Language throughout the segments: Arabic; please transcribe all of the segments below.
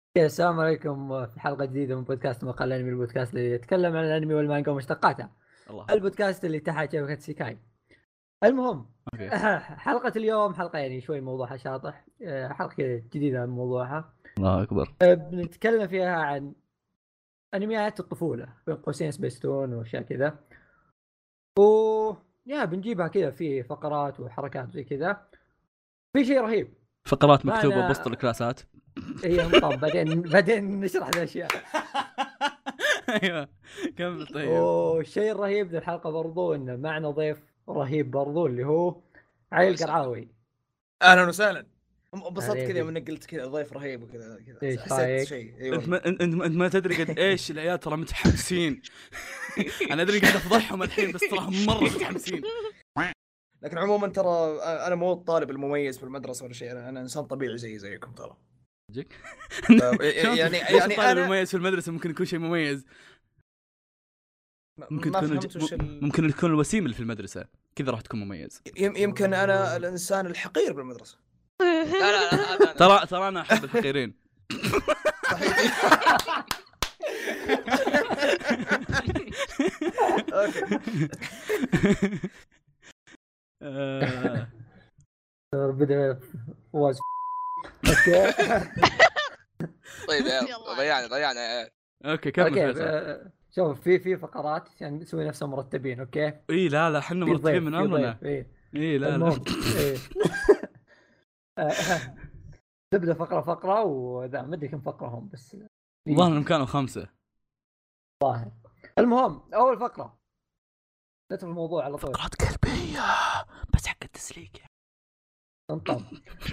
السلام عليكم في حلقة جديدة من بودكاست مقال الأنمي، البودكاست اللي يتكلم عن الأنمي والمانجا ومشتقاتها. الله البودكاست اللي تحت شبكة سيكاي. المهم أوكي. حلقة اليوم حلقة يعني شوي موضوعها شاطح، حلقة جديدة من موضوعها. الله أكبر. بنتكلم فيها عن أنميات الطفولة بين قوسين سبيستون وأشياء كذا، بنجيبها كذا في فقرات وحركات زي كذا. في شيء رهيب، فقرات مكتوبة معنا بوسط الكلاسات. هي نطب بعدين نشرح الأشياء. ايوه كمل. طيب والشيء الرهيب ذي الحلقة برضو إنه معنا ضيف رهيب برضو اللي هو علي القرعاوي. اهلا وسهلا. انبسطت أهلا كذا فيك. يوم انك قلت كذا ضيف رهيب وكذا إيش حسيت رايك؟ شيء. اي انت والله. انت ما تدري قد ايش العيال ترى متحمسين. انا ادري قاعد افضحهم الحين بس ترى مره متحمسين. لكن عموما ترى انا مو الطالب المميز في المدرسه ولا شيء، انا انسان طبيعي زيكم ترى. جيك يعني الطالب انا المميز في المدرسه ممكن يكون شيء مميز. ممكن ما تكون فهمت وش ممكن تكون الوسيم اللي في المدرسه كذا راح تكون مميز. يمكن انا الانسان الحقير بالمدرسه. لا ترى انا احب الحقيرين. اوكي. بدأ فواز. طيب ضيعنا يا عيال. اوكي كمل فيصل. شوف في فقرات يعني نسوي نفسها مرتبين. اوكي اي لا احنا في مرتبين ضيف من في امرنا. ضيف. اي لا المهم نبدأ فقرة وذا ما ادري كم فقرة هم بس والله انهم كانوا 5. المهم اول فقرة ندخل الموضوع على طول. فقرات قلبية بس حق التسليك. انطم.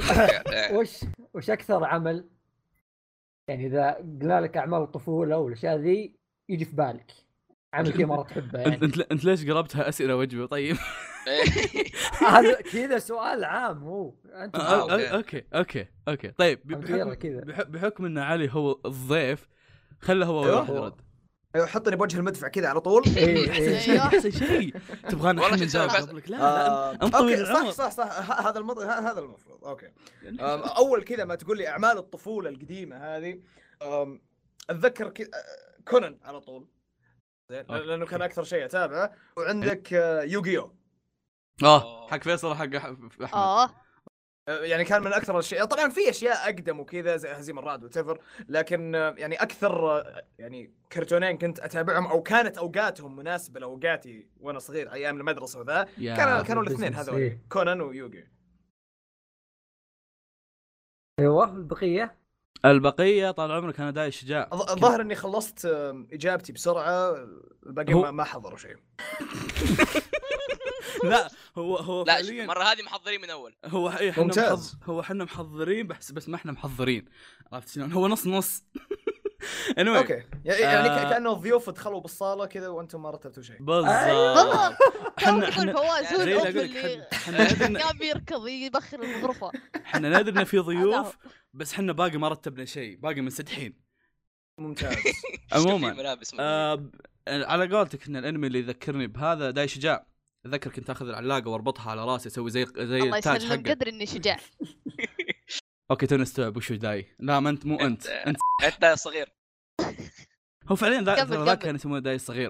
وش اكثر عمل يعني اذا قلنا لك اعمال الطفوله والاشياء ذي يجي في بالك عمل كذا مره تحبه يعني؟ انت ليش قلبتها اسئله وجبه؟ طيب هذا كذا سؤال عام هو انت. اوكي طيب بحكم ان علي هو الضيف خله هو واحد يرد. ايوه حطني بوجه المدفع كذا على طول. احسن شيء تبغانا احنا نجاوب قبلك؟ لا انطوي العمر. صح هذا المفروض. اوكي. اول كذا ما تقول لي اعمال الطفوله القديمه هذه، اتذكر كونان على طول لانه كان اكثر شيء اتابعه. وعندك يوغيو حق فيصل حق احمد. يعني كان من اكثر الاشياء. طبعا في اشياء اقدم وكذا زي هزيم الرعد وتفر، لكن يعني اكثر يعني كرتونين كنت اتابعهم او كانت اوقاتهم مناسبه لاوقاتي وانا صغير ايام المدرسه وذا كانوا الاثنين هذول كونان ويوغي. ايوه البقيه طال عمرك انا داي شجاع. الظاهر اني خلصت اجابتي بسرعه، الباقي ما حضروا شيء. لا هو لا فعليا المره هذه محضرين من اول. هو احنا محضرين بس ما احنا محضرين. عرفت شلون؟ هو نص anyway. اوكي يعني كانه الضيوف دخلوا بالصاله كذا وانتم ما رتبتوا شيء. بالضبط. احنا فواز هو الاب اللي قام يركض يبخر الغرفه. احنا نادرنا في ضيوف بس احنا باقي ما رتبنا شيء، باقي منسدحين. ممتاز. عموما على قولتك ان الانمي اللي يذكرني بهذا داي شجاع. اتذكر كنت اخذ العلاقه واربطها على راسي اسوي زي الله التاج يسلم حقه. قدر اني شجاع. اوكي تو نستوعب وش داي. لا ما انت مو انت صغير. هو فعليا ذاك كان يسمونه داي الصغير.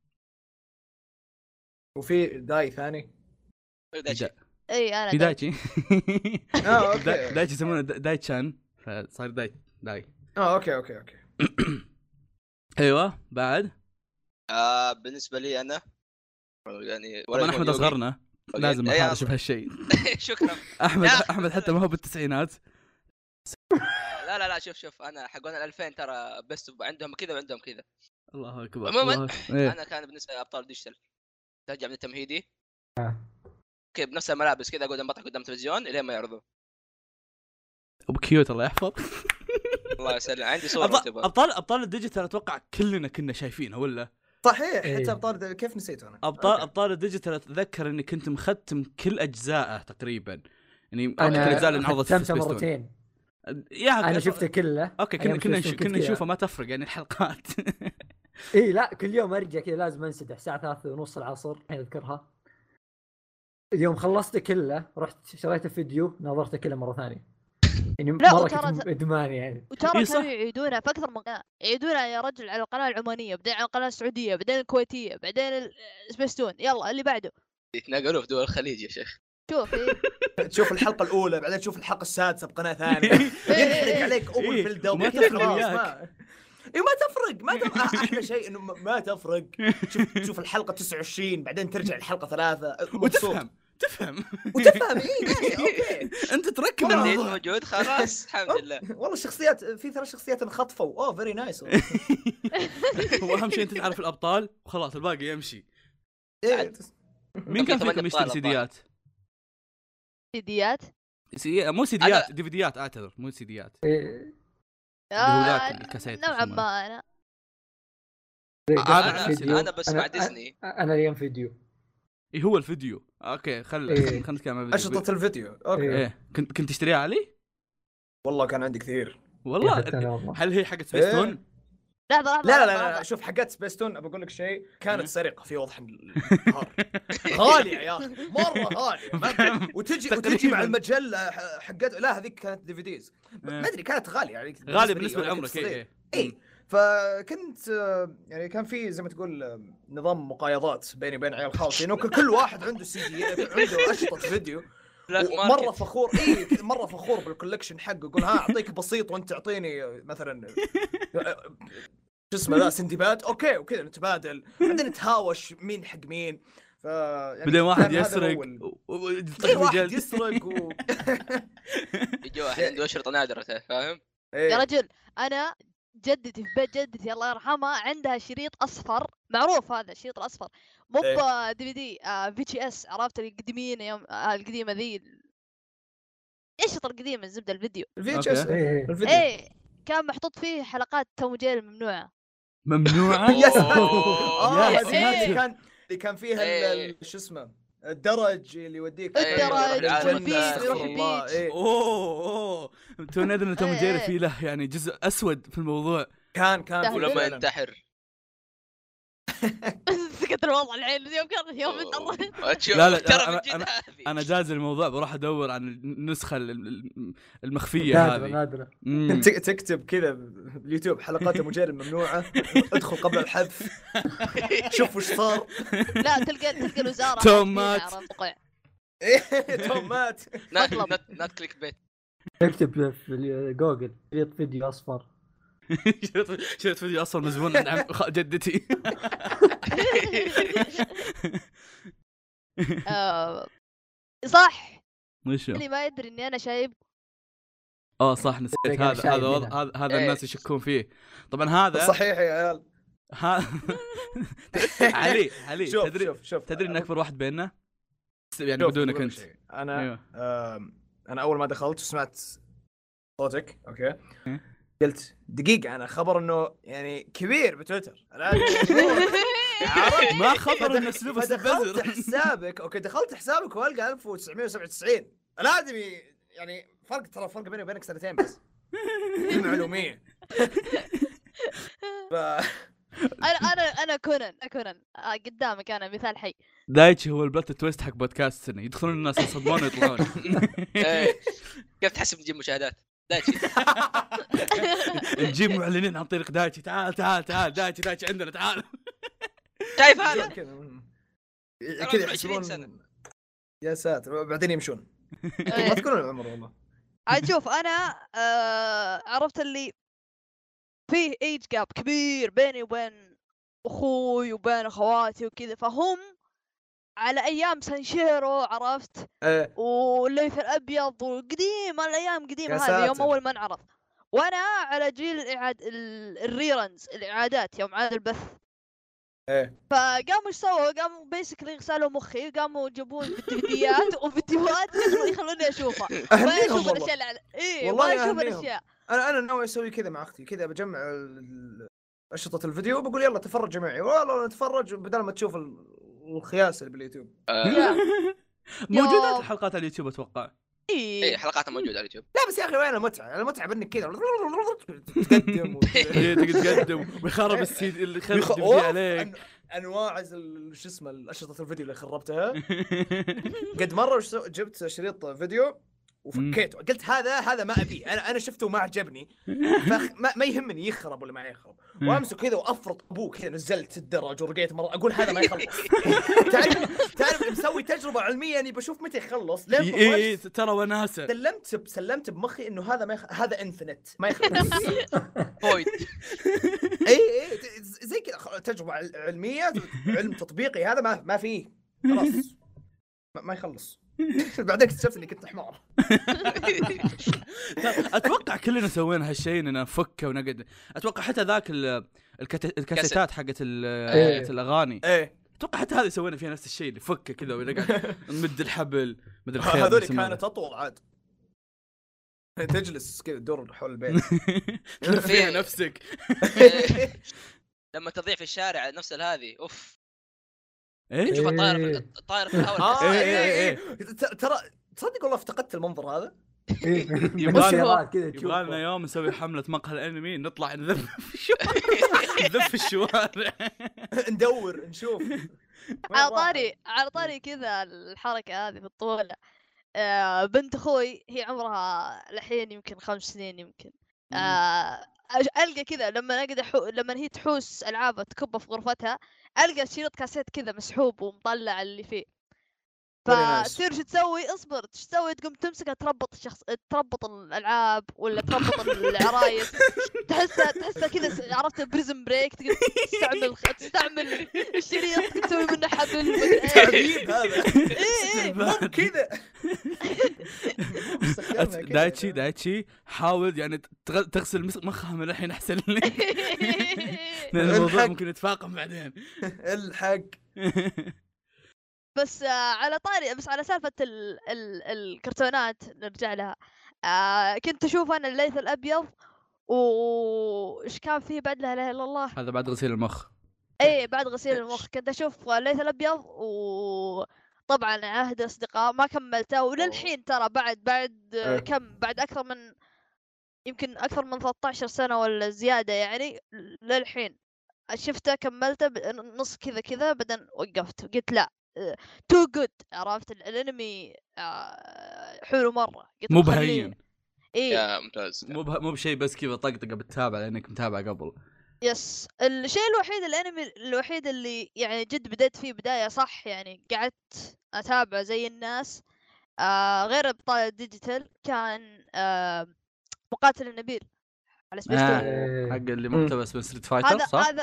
وفي داي ثاني اي انا في دايتشي. اوكي دايتشي يسمونه دايتشان فصار داي. اوكي ايوه بعد بالنسبه لي انا يعني طبعا احمد اصغرنا لازم نحارش بهالشيء. شكرا احمد حتى ما هو بالتسعينات. لا شوف انا حقون 2000 ترى بس عندهم كذا وعندهم كذا. الله اكبر. عموما انا كان بالنسبه لابطال ديجيتال ترجع من التمهيدي كيف بنفس الملابس كذا اقعد انبطح قدام التلفزيون الين ما يعرضوا. ابو كيوت الله يحفظ. الله يسلم. عندي صوره ابطال الديجيتال اتوقع كلنا كنا شايفينها ولا صحيح. حتى ابطال كيف نسيته انا ابطال الديجيتال اتذكر اني كنت مختم كل اجزائه تقريبا. يعني كل الاجزاء اللي انعرضت في مرتين. انا شفته كله. اوكي كنا نشوفه ما تفرق يعني الحلقات. اي لا كل يوم ارجع كذا لازم انسدح الساعه 3:30 العصر الحين اذكرها. اليوم خلصت كله رحت شريت فيديو نظرته كله مره ثانيه. يعني مرة كنت ادمان يعني. وترى كانوا يعيدونها في اكثر من قناه، يعيدونها يا رجل على القناه العمانيه، بعدين على القناه السعوديه، بعدين الكويتيه، بعدين سبيستون، يلا اللي بعده يتنقلوا في دول الخليج يا شيخ. شوف تشوف الحلقه الاولى بعدين تشوف الحلقه السادسه بقناه ثانيه ينحرق عليك اول بلدة ما تفرق ما تفرق احلى شيء انه ما تفرق. تشوف الحلقه 29 بعدين ترجع الحلقه 3 تفهم اوكي انت تركب موجود خلاص الحمد لله. والله الشخصيات في 3 شخصيات انخطفوا فيري نايس. واهم شيء انت تعرف الابطال وخلاص الباقي يمشي. مين كان فيكم يشتري سيديات؟ مو سيديات، ديفيديات اعتذر، مو سيديات. الكاسيت نوعا ما انا بسمع ديزني. انا اليوم فيديو. ايه هو الفيديو؟ اوكي خلينا نتكلم عن اشطة الفيديو. اوكي ايه كنت تشتريها علي؟ والله كان عندي كثير والله. هل هي حقت سبيستون؟ لا شوف حقت سبيستون ابى اقول لك شيء، كانت سرقه في وضح النهار. غاليه يا اخي مره غاليه وتجي مع المجله حقت. لا هذيك كانت ديفيديز ما ادري كانت غاليه يعني غاليه بالنسبه لعمرك. اي فكنت يعني كان في زي ما تقول نظام مقايضات بيني وبين عيال خالتي انه كل واحد عنده سي دي عنده اشطه فيديو. مرة فخور مرة فخور بالكولكشن حقه. يقول ها اعطيك بسيط وانت تعطيني مثلا شو اسمه ذا سندباد اوكي وكذا نتبادل بعدين نتهاوش مين حق مين. يعني بدأ واحد يسرق واحد يسرق يجي واحد عنده شرطة نادرة فاهم. يا رجل انا جدتي في بيت جدتي الله يرحمها عندها شريط اصفر معروف، هذا الشريط الاصفر مو دي في دي في جي اس، عرفت القديمين يوم القديمه ذي ايش القديمه الزبده الفيديو الفي جي اس ايه كان محطوط فيه حلقات توم جيري الممنوعه. يا ساتر اللي كان فيها شو اسمه الدرج اللي يوديك الدرج اوه تو ندري ان توم جيري فيه له يعني جزء اسود في الموضوع. كان ولما ينتحر سكت الوضع الحين يوم لا انا جاز الموضوع بروح ادور عن النسخه المخفيه هذه نادرة. تكتب كذا باليوتيوب حلقات توم جيري الممنوعه ادخل قبل الحذف شوف وش صار. لا تلقى الوزاره توم مات. توم مات. نات كليك بيت. اكتب في جوجل شريط فيديو اصفر. شريط فيديو اصفر مزبون عند جدتي. صح وش اللي ما يدري اني انا شايب. صح نسيت هذا الناس يشكون فيه طبعا. هذا صحيح يا عيال. علي تدري ان اكبر واحد بيننا يعني بدونك انت. انا اول ما دخلت وسمعت صوتك اوكي قلت دقيقة أنا خبر إنه يعني كبير بتويتر. ما خبر إنه أسلوبه دخلت حسابك أوكي دخلت حسابك والقى 1997 الآدمي يعني فرق بيني وبينك سنتين بس. المعلومية. أنا كونان قدامك أنا مثال حي. دايتشي هو البلوت تويست حق بودكاست سنة يدخلون الناس يصدمون ويطلعون. كيف تحسب نجيب مشاهدات؟ دايتشي نجيب معلنين عن طريق دايتشي. تعال دايتشي عندنا تعال. شايف هذا كذا يحسبون يا ساتر بعدين يمشون. ما تكونون العمر والله. عاد شوف انا عرفت اللي فيه ايج جاب كبير بيني وبين اخوي وبين اخواتي وكذا، فهم على ايام سانشيرو عرفت والليث الابيض وقديم الايام قديمه هذه يوم اول ما انعرض، وانا على جيل الريرنز الاعادات يوم عاد البث. فقاموا ايش سووا؟ قاموا بيسكلي غسلوا مخي، قاموا يجيبون فيديوهات وفيديوهات يخلوني اشوفها ما اشوف الاشياء. والله ما اشوف الاشياء. انا ناوي اسوي كذا مع اختي كذا، بجمع اشرطه الفيديو وبقول يلا تفرج جماعي، والله نتفرج بدل ما تشوف الخياس اللي باليوتيوب. موجودات الحلقات على اليوتيوب اتوقع. ايه حلقاتها موجوده على اليوتيوب. لا بس يا اخي وين المتعه بانك كذا تقدم ويخرب السيد اللي خرب عليك انواع شو اسمه الاشرطه الفيديو اللي خربتها. قد مره جبت شريط فيديو وفكيته. قلت هذا ما ابي، انا شفته ما عجبني، ما يهمني يخرب ولا ما يخرب، وامسك كذا وافرط ابوه كذا. نزلت الدرج ورقيت مره اقول هذا ما يخلص. تعرف مسوي تجربه علميه اني بشوف متى يخلص. اي ترى وناسه. سلمت بمخي انه هذا انفنت ما يخلص. بوينت. اي زي كذا تجربه علميه، علم تطبيقي، هذا ما فيه خلاص ما يخلص. بعدين اكتشفت اني كنت حمار. اتوقع كلنا سوينا هالشيء اننا نفكه ونقعد. اتوقع حتى ذاك الكاسيتات حقت الاغاني، اتوقع حتى هذه سوينا فيها نفس الشيء اللي فكه كذا ونقعد نمد الحبل مدري خير. هذول كانت اطول عاد، تجلس كذا تدور حول البيت فيها نفسك. لما تضيع في الشارع نفس هذه اوف. ايه تشوف الطائره في الهواء. ترى تصدق والله افتقدت المنظر هذا. يبغى لنا يوم نسوي حمله مقهى الانمي، نطلع نذف في الشوارع ندور نشوف. على طاري كذا الحركه هذه في الطفوله. بنت اخوي هي عمرها الحين يمكن 5 سنين يمكن. القى كذا لما هي تحوس العابها تكبه في غرفتها، القى شريط كاسيت كذا مسحوب ومطلع اللي فيه. فتصير شو تسوي؟ اصبر، ايش تسوي؟ تقوم تمسكها تربط الالعاب ولا تربط العرايس. تحسها كذا، عرفت بريزم بريك، تستعمل الشريط تسوي منه حبل. تعذيب هذا. ايه كذا. دايتشي حاول يعني تغسل مخها من الحين احسن لك. الموضوع ممكن يتفاقم بعدين. الحق. بس على سالفة الكرتونات نرجع لها. كنت أشوف أنا الليث الأبيض، وإيش كان فيه بعد لا إله إلا الله. هذا بعد غسيل المخ. إيه بعد غسيل المخ كنت أشوف الليث الأبيض، وطبعا عهد أصدقاء ما كملته، وللحين ترى بعد يمكن أكثر من 13 سنة ولا زيادة يعني، للحين شفته كملته نص كذا بعدين وقفت قلت لا تو جود. عرفت الانمي حلو مره، مو بهين. ايه يا ممتاز. مو بشيء بس كذا طقطقه بتتابع لانك متابع قبل. يس. الشيء الوحيد الانمي الوحيد اللي يعني جد بديت فيه بدايه صح، يعني قعدت اتابع زي الناس غير ابطال ديجيتال، كان مقاتل النبيل على سبيستون. حق اللي مقتبس من ستريت فايتر صح؟ هذا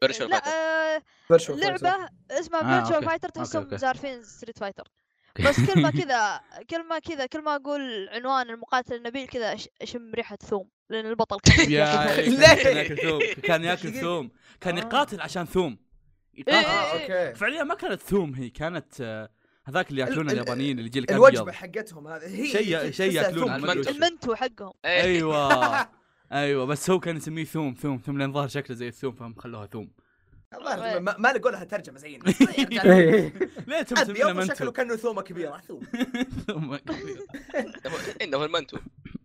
لعبة اسمها فيرتشوال فايتر، تحسهم زارفين ستريت فايتر. بس كل ما اقول عنوان المقاتل النبيل كذا اشم ريحة ثوم، لأن البطل كان ياكل ثوم، كان يقاتل عشان ثوم. اوكي. فعليا ما كانت ثوم، هي كانت هذاك اللي ياكلونه اليابانيين اللي يجي لك الوجبة حقتهم هذا، هي شيء ياكلونه المنتو حقهم. ايوه بس هو كان يسميه ثوم لان ظهر شكله زي الثوم فهم خلوها ثوم. ما نقول لها ترجمه زينا. ليه تسمينه منتو؟ شكله كانه ثومه كبيره. ثومه كبيره. انه المنتو.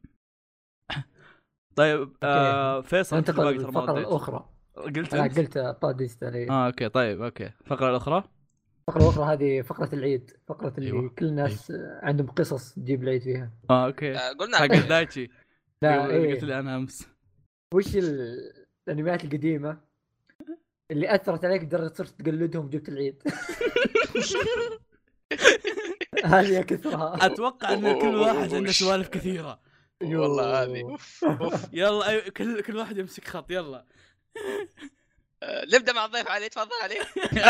طيب فيصل انتقل للفقره الاخرى. قلت ابطال ديجيتال. اوكي طيب الفقره الاخرى هذه فقره العيد، فقره اللي كل الناس عندهم قصص تجيب العيد فيها. اوكي قلنا حق دايتشي. لا قلت لي انا امس وش الانميات القديمه اللي اثرت عليك لدرجه صرت تقلدهم جبت العيد؟ هذه كثرها. اتوقع ان كل واحد عنده سوالف كثيره والله. هذه يلا كل واحد يمسك خط. يلا نبدا مع الضيف علي. تفضل علي.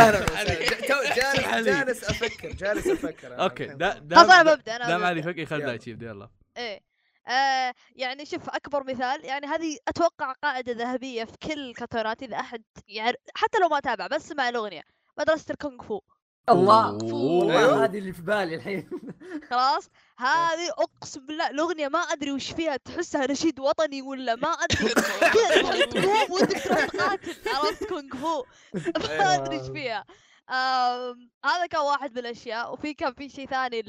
اهلا جالس افكر. اوكي انا ببدا. انا علي فكر خل دايتشي يبدا. يلا ايه يعني شوف اكبر مثال، يعني هذه اتوقع قاعده ذهبيه في كل الكرتونات، اذا احد يعني حتى لو ما تابع بس مع الاغنيه، مدرسه الكونغ فو. الله هذه اللي في بالي الحين. خلاص هذه اقسم بالله الاغنيه ما ادري وش فيها، تحسها نشيد وطني ولا ما ادري كذا تقوم ودك تروح تقاتل. عرفت كونغ فو ما ادري ايش فيها. هذا كان واحد من الاشياء. وفي كان في شيء ثاني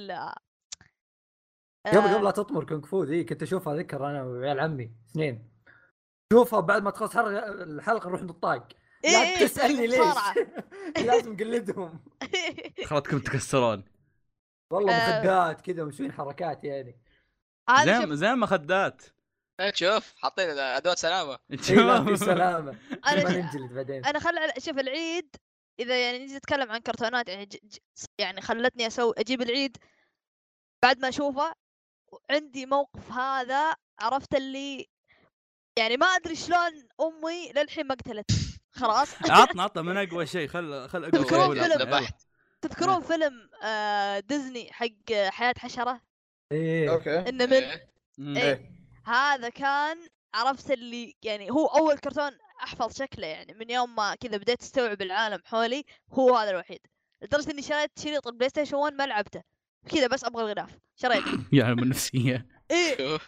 قبل لا تطمر كونغ فو ذي كنت اشوفها، ذكر انا وعيال عمي سنين شوفها بعد ما تخلص الحلقه نروح نطاق. لا تسالني ليش. لازم نقلدهم. خلطكم تكسرون والله مخدات كذا ومسوين حركات يعني. هذا زي مخدات. شوف حاطين ادوات سلامه. لا سلامه انا ما ننجلد بعدين. انا شوف العيد اذا يعني نجي نتكلم عن كرتونات يعني يعني خلتني اجيب العيد بعد ما اشوفه. عندي موقف هذا عرفت اللي يعني ما ادري شلون امي للحين ما قتلت خلاص. عطنا من اقوى شيء. خل اقوى. تذكرون فيلم ديزني حق حياة حشرة؟ ايه اوكي. النمل. ايه هذا كان عرفت اللي يعني هو اول كرتون احفظ شكله يعني من يوم ما كذا بديت استوعب العالم حولي. هو هذا الوحيد لدرجة اني شريت شريط البلاي ستيشن 1 ما لعبته كذا بس ابغى الغلاف شريته. يعني من نفسية. ايه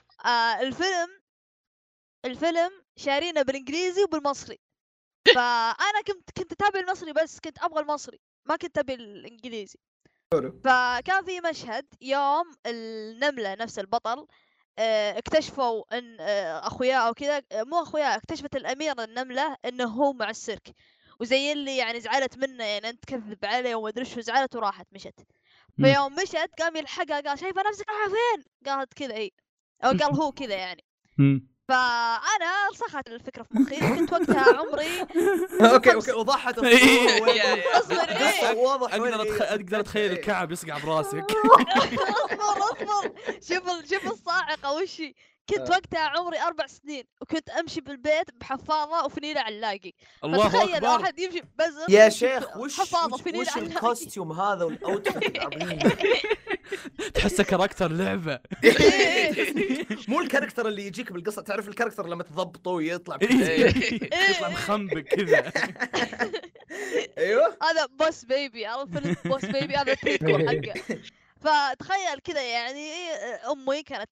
الفيلم شارينه بالانجليزي وبالمصري. فانا كنت اتابع المصري بس كنت ابغى المصري ما كنت ابي الانجليزي. فكان في مشهد يوم النملة نفس البطل اكتشفوا ان اخوياه او كذا مو اخوياه اكتشفت الاميرة النملة انه هو مع السيرك وزي اللي يعني زعلت منه يعني انت تكذب عليه وما ادري شو زعلت وراحت مشت. فيوم مشت قام يلحقها قال شايفه نفسك رايحه فين؟ قالت كذا اي او قال هو كذا يعني. فانا رسخت الفكره في مخي. كنت وقتها عمري اوكي وضحت الصوره واضح. اقدر اتخيل الكعب يصقع براسك. اصبر شوف الصاعقه وش كنت وقتها عمري 4 سنين وكنت امشي بالبيت بحفاضه وفنيله علاقي. فتخيل واحد يمشي بزر يا شيخ وش الكوستيوم هذا والاوتفيت العظيم. تحسه كاركتر لعبه. مو الكاركتر اللي يجيك بالقصه. تعرف الكاركتر لما تضبطه ويطلع يطلع مخنبق كذا. ايوه هذا بوس بيبي. عرفت بوس بيبي هذا التريكو حقه. فتخيل كذا يعني امي كانت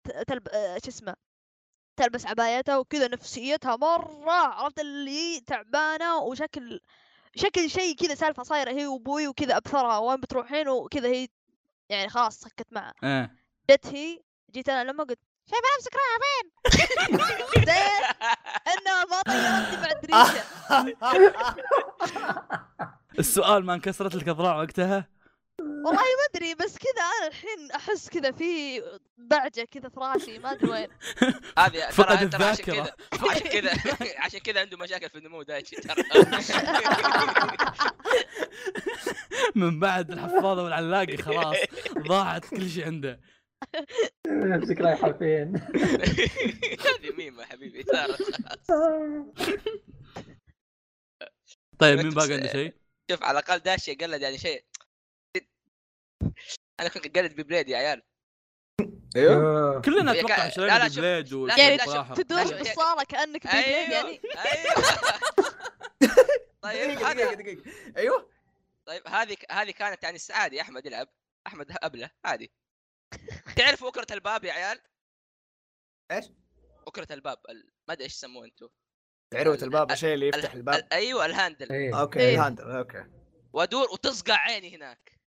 تلبس عبايتها وكذا نفسيتها مرة عرفت اللي تعبانة وشكل شيء كذا سالفة صايرة هي وابوي وكذا ابثرها وين بتروحين وكذا هي يعني خلاص سكت معها. جيت انا لما قلت شايفة نفسك رايحة فين؟ زين انها ما طيرتني بعد ريشة. السؤال ما انكسرت لك اضلاع وقتها؟ والله ما ادري بس كذا انا الحين احس كذا في بعجة كذا في راسي ما ادري وين. هذه فقد الذاكرة. عشان كذا عنده مشاكل في النمو دايتشي ترى. من بعد الحفاضة والعلاقي خلاص ضاعت كل شيء عنده. نفسك رايحة فين؟ هذه ميمة حبيبي صارت خلاص. طيب مين باقي عنده شيء؟ شوف على الاقل داشي قلد يعني شيء. انا كنت قلد ببليد يا عيال. ايوه كلنا اتوقع شرينا ببليد يعني تدور بالصالة كأنك ببليد يعني. طيب دقيقة ايوه طيب هذه كانت يعني السعادة. احمد يلعب احمد أبله عادي. تعرف أكرة الباب يا عيال؟ ايش أكرة الباب ما ادري ايش يسموه انتو. عروة الباب الشيء اللي يفتح الباب. ايوه الهاندل. اوكي الهاندل اوكي. وادور وتصقع عيني هناك.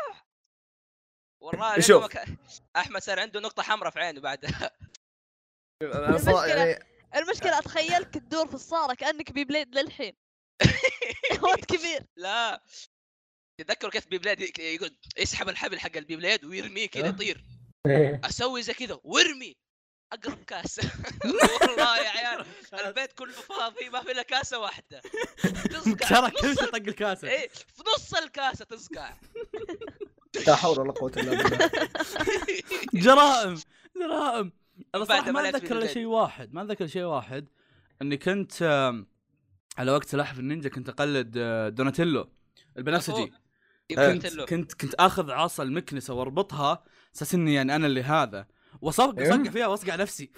والله شوف احمد صار عنده نقطة حمراء في عينه بعدها. المشكلة اتخيلك تدور في الصالة كأنك بيبليد للحين. وقت كبير. لا تذكروا كيف بيبليد يقول يسحب الحبل حق البيبليد ويرميه كذا يطير. اسوي زي كذا وارمي اقرب كاسة. والله يا عيال البيت كله فاضي ما في الا كاسة واحدة. ترى كل شيء طق الكاسة. ايه في نص الكاسة تصقع. لا حول ولا قوة الا بالله. جرائم. انا صراحة ما اتذكر الا شيء واحد اني كنت على وقت سلاحف النينجا كنت اقلد دوناتيلو البنفسجي. كنت اخذ عصا المكنسة واربطها اساس اني يعني انا اللي هذا وصقع فيها واصقع نفسي.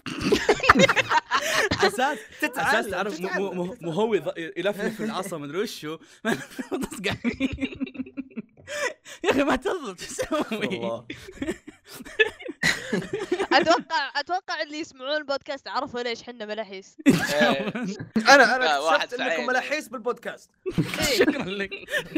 اساس تعرف مو هو يلفلف في العصا ما ادري وشو تصقع. يا اخي ما تضبط تسوي. اتوقع اللي يسمعون البودكاست عرفوا ليش حنا ملاحيس. انا اكتشفت انكم ملاحيس بالبودكاست. شكرا لك.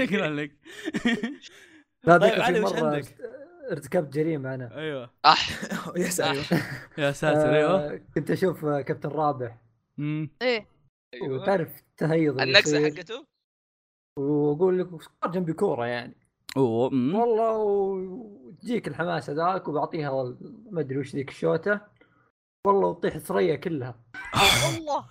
لا ذكر مرة ارتكبت جريمة انا. ايوه يا ساتر يا ساتر. ايوه كنت اشوف كابتن رابح. ايه وتعرف تهيض النكسة حقته واقول لك صار جنبي كورة يعني. والله وتجيك الحماس ذاك وبعطيها ما ادري وش ذيك الشوتة والله وطيح ثريا كلها. والله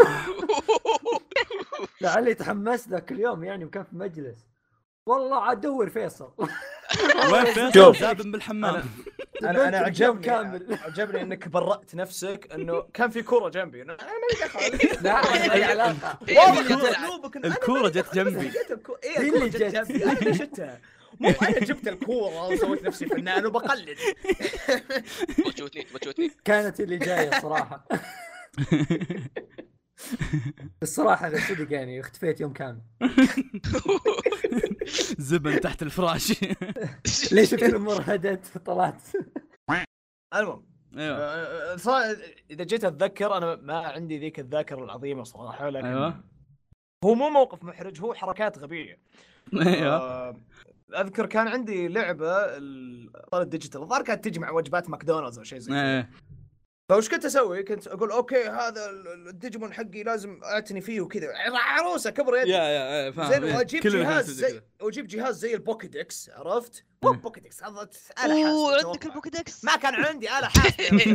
لعلي تحمست ذاك اليوم يعني، وكان في مجلس والله عاد فيصل. وين فيصل؟ زابن بالحمام. انا عجبني انك برأت نفسك انه كان في كرة جنبي. انا ما دخل. لا اي علاقه. الكرة جت جنبي. ايه اللي جت جنبي؟ انا اللي شفتها، مو انا جبت الكورة وسويت نفسي فنان وبقلد. بتشوتني كانت اللي جايه صراحه. الصراحه غير صدق يعني اختفيت يوم كامل. زبن تحت الفراش. ليش شفت الامور هدت طلعت. المهم ايوه اذا جيت اتذكر انا ما عندي ذيك الذاكره العظيمه صراحه، لكن ايوه هو مو موقف محرج، هو حركات غبيه. ايوه اذكر كان عندي لعبه الديجيتال الظاهر كانت تجي مع وجبات ماكدونالدز او شيء زي كذا. فوش كنت اسوي؟ كنت اقول اوكي هذا الديجيمون حقي لازم اعتني فيه وكذا، عروسه كبر يدي. يا فاهم. زين واجيب جهاز واجيب جهاز زي البوكيدكس، عرفت؟ مو بوكيدكس، هذا آلة حاسبة. عندك البوكيدكس؟ ما كان عندي آلة حاسبة.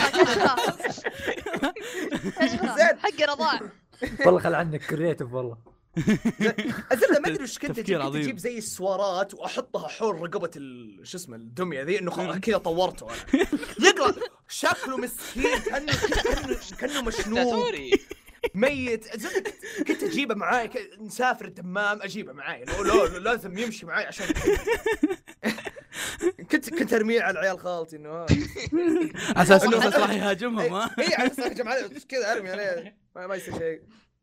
زين حقنا ضاع. والله خل عنك كرييتيف والله. الزبده ما ادري وش كنت اجيب زي السوارات واحطها حول رقبه شو اسمه الدميه ذي، انه كذا طورته انا. يقرا شكله مسكين كانه مشنوق ميت. كنت اجيبه معاي نسافر الدمام اجيبه معاي، لا لازم يمشي معاي عشان كنت ارميه على العيال خالتي انه اساس انه راح يهاجمهم. اي على اساس يهاجم عليه كذا ارمي عليه ما يصير شيء.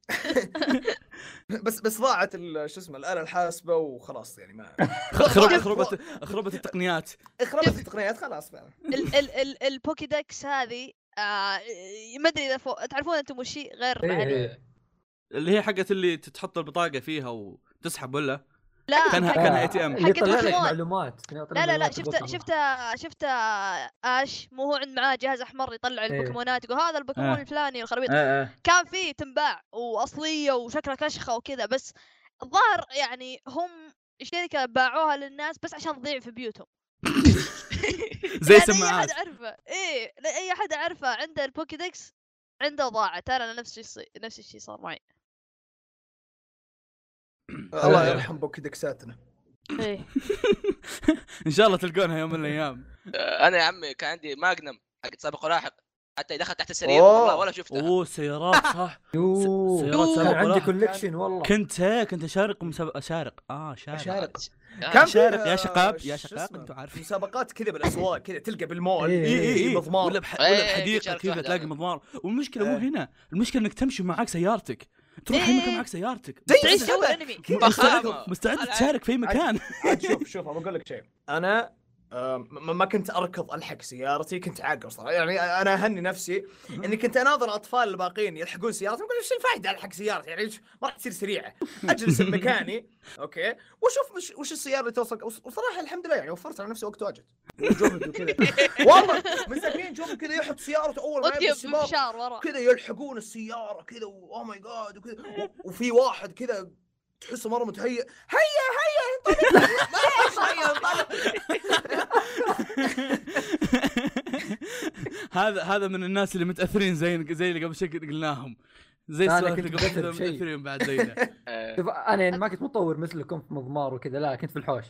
بس ضاعت شو اسمه الآلة الحاسبة وخلاص يعني ما خربت التقنيات. خربت التقنيات خلاص بقى. البوكيدكس هذه ما ادري اذا تعرفون انتم وش غير يعني اللي هي حقت اللي تحط البطاقة فيها وتسحب ولا لا كان اي تي ام اللي يطلع لك معلومات. لا شفت اش مو هو عند معاه جهاز احمر يطلع البوكيمونات يقول هذا البوكيمون الفلاني والخرابيط. كان فيه تنباع واصليه وشكلها كشخه وكذا، بس الظاهر يعني هم الشركه باعوها للناس بس عشان تضيع في بيوتهم. زي يعني سماعات. اي احد عرفه اي احد عرفه عنده البوكيدكس عنده ضاعت. انا نفس الشيء صار معي. الله يرحم بوكيدكساتنا. ايه ان شاء الله تلقونها يوم من الايام. انا يا عمي كان عندي ماجنم حق سابق ولاحق، حتى دخلت تحت السرير والله ولا شفتها. سيارات صح. سيارات سابق عندي كولكشن والله. كنت اشارك شارق شارق يا شقاق انتوا عارفين مسابقات كذا بالاسواق كذا تلقى بالمول مضمار ولا بحديقه كذا تلاقي مضمار. والمشكله مو هنا، المشكله انك تمشي معاك سيارتك، تروح اي مكان معك سيارتك، تعيش جو الانمي، مستعد تشارك في اي مكان. شوف بقول لك شيء، انا ما كنت اركض الحق سيارتي، كنت عاقل صراحه. يعني انا اهني نفسي اني كنت اناظر الاطفال الباقيين يلحقون سيارتي، اقول ايش الفائده الحق سيارتي يعني ما راح تصير سريعه. اجلس بمكاني اوكي واشوف وش السياره اللي توصل. وصراحه الحمد لله يعني وفرت على نفسي وقت واجد وجهد وكذا. والله مساكين جوهم كذا يحط سيارته اول ما يبدا السباق كذا يلحقون السياره كذا اوه ماي جاد وكذا. وفي واحد كذا تحسه مره متهيئ، هيا هذا من الناس اللي متاثرين زي اللي قبل شوي قلناهم، زي السؤال اللي قبل متاثرين بعد زينا. انا يعني ما كنت مطور مثلكم في مضمار وكذا، لا كنت في الحوش.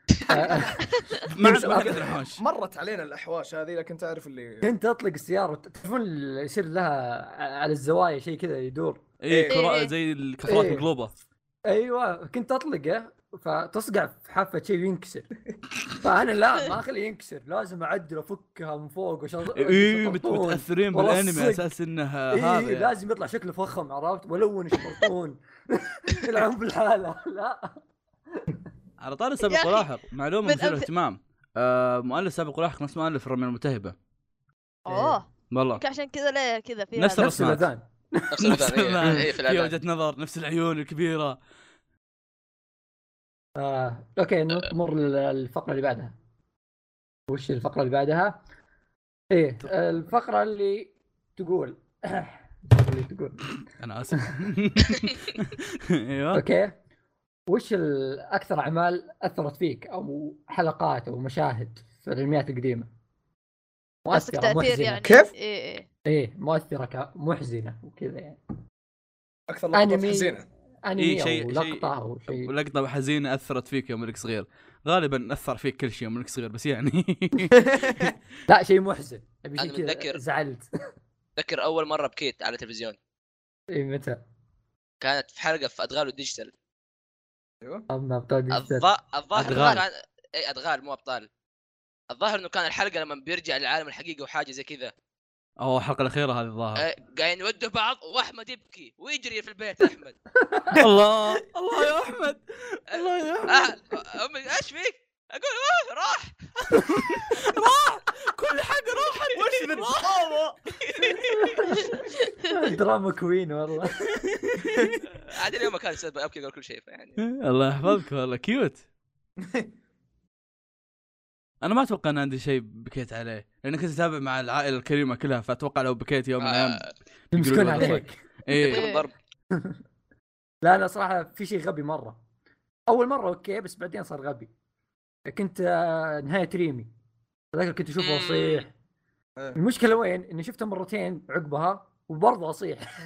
مرت علينا الاحواش هذه، لكن تعرف اللي كنت اطلق السياره تعرفون يصير لها على الزوايا شيء كذا يدور زي الكفرات مقلوبه. ايوه كنت اطلقه فتصقع في حافه شيء ينكسر. فانا لا ما اخليه ينكسر، لازم اعدل افكها من فوق متاثرين بالانمي اساس انها هذا لازم يطلع شكله فخم عرفت، ولون الشرطون يلعبون بالحاله. لا على طاري سابق ولاحق معلومه مثيره اهتمام، مؤلف سابق ولاحق نفس مؤلف الرمي الملتهبه. والله عشان كذا ليه كذا فيها نفس الاذان في وجهة نظر، نفس العيون الكبيرة. اوكي نمر للفقرة اللي بعدها. وش الفقرة اللي بعدها؟ الفقرة اللي تقول انا اسف. ايوه اوكي. وش الاكثر اعمال اثرت فيك او حلقات او مشاهد في الانميات القديمة؟ مؤثرة تأثير محزنة يعني كيف؟ ايه مؤثرة محزنة وكذا يعني. اكثر لقطات انمي حزينة. انمي او لقطة او شيء. لقطة حزينة اثرت فيك يوم انك صغير. غالبا اثر فيك كل شيء يوم انك صغير، بس يعني لا شيء محزن. ابي أنا شيء كذا متذكر. زعلت. اتذكر اول مره بكيت على التلفزيون، ايه متى؟ كانت في حلقه في ادغال والديجيتال. ايوه اما ابطال الظاهر أدغال. كان اي ادغال مو ابطال. الظاهر انه كان الحلقه لما بيرجع للعالم الحقيقي وحاجه زي كذا. الحلقة الأخيرة هذه الظاهر. قاعدين يودوا بعض واحمد يبكي ويجري في البيت. احمد الله الله يا احمد، الله يا احمد. امي ايش فيك؟ اقول راح كل حاجة راحت. وش ذا الدراما؟ دراما كوين والله. عاد اليوم كان سبب ابكي قبل كل شيء يعني. الله يحفظك والله كيوت. انا ما اتوقع ان عندي شيء بكيت عليه، لان كنت اتابع مع العائله الكريمه كلها، فاتوقع لو بكيت يوم من الايام يمسكون عليك. ايه ضرب. لا انا صراحه في شيء غبي مره. اول مره اوكي، بس بعدين صار غبي. كنت نهايه ريمي ذاك كنت اشوفه اصيح. المشكله وين؟ اني شفته مرتين عقبها وبرضه اصيح.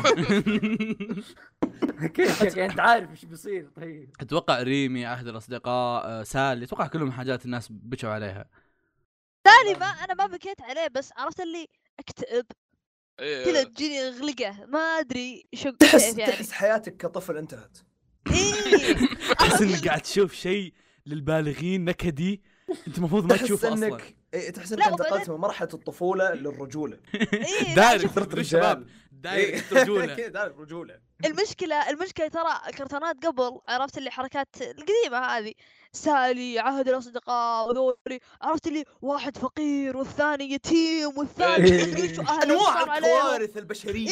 كيف يا اخي انت عارف ايش بيصير؟ طيب اتوقع ريمي، عهد الاصدقاء، سالي، اتوقع كلهم حاجات الناس بكوا عليها. ثاني انا ما بكيت عليه، بس عرفت اللي اكتئب كذا تجيني غلقه ما ادري شو كيف يعني. تحس حياتك كطفل انتهت. ايه تحس انك قاعد تشوف شيء للبالغين نكدي، انت المفروض ما تشوفه اصلا. تحس انك انتقلت من مرحله الطفوله للرجوله. دايركت صرت رجال، دايركت رجوله. دايركت رجوله. المشكله ترى كرتونات قبل عرفت اللي حركات القديمه هذه، سالي، عهد الاصدقاء وذولي، عرفت اللي واحد فقير والثاني يتيم والثاني يعيش انواع الكوارث البشريه.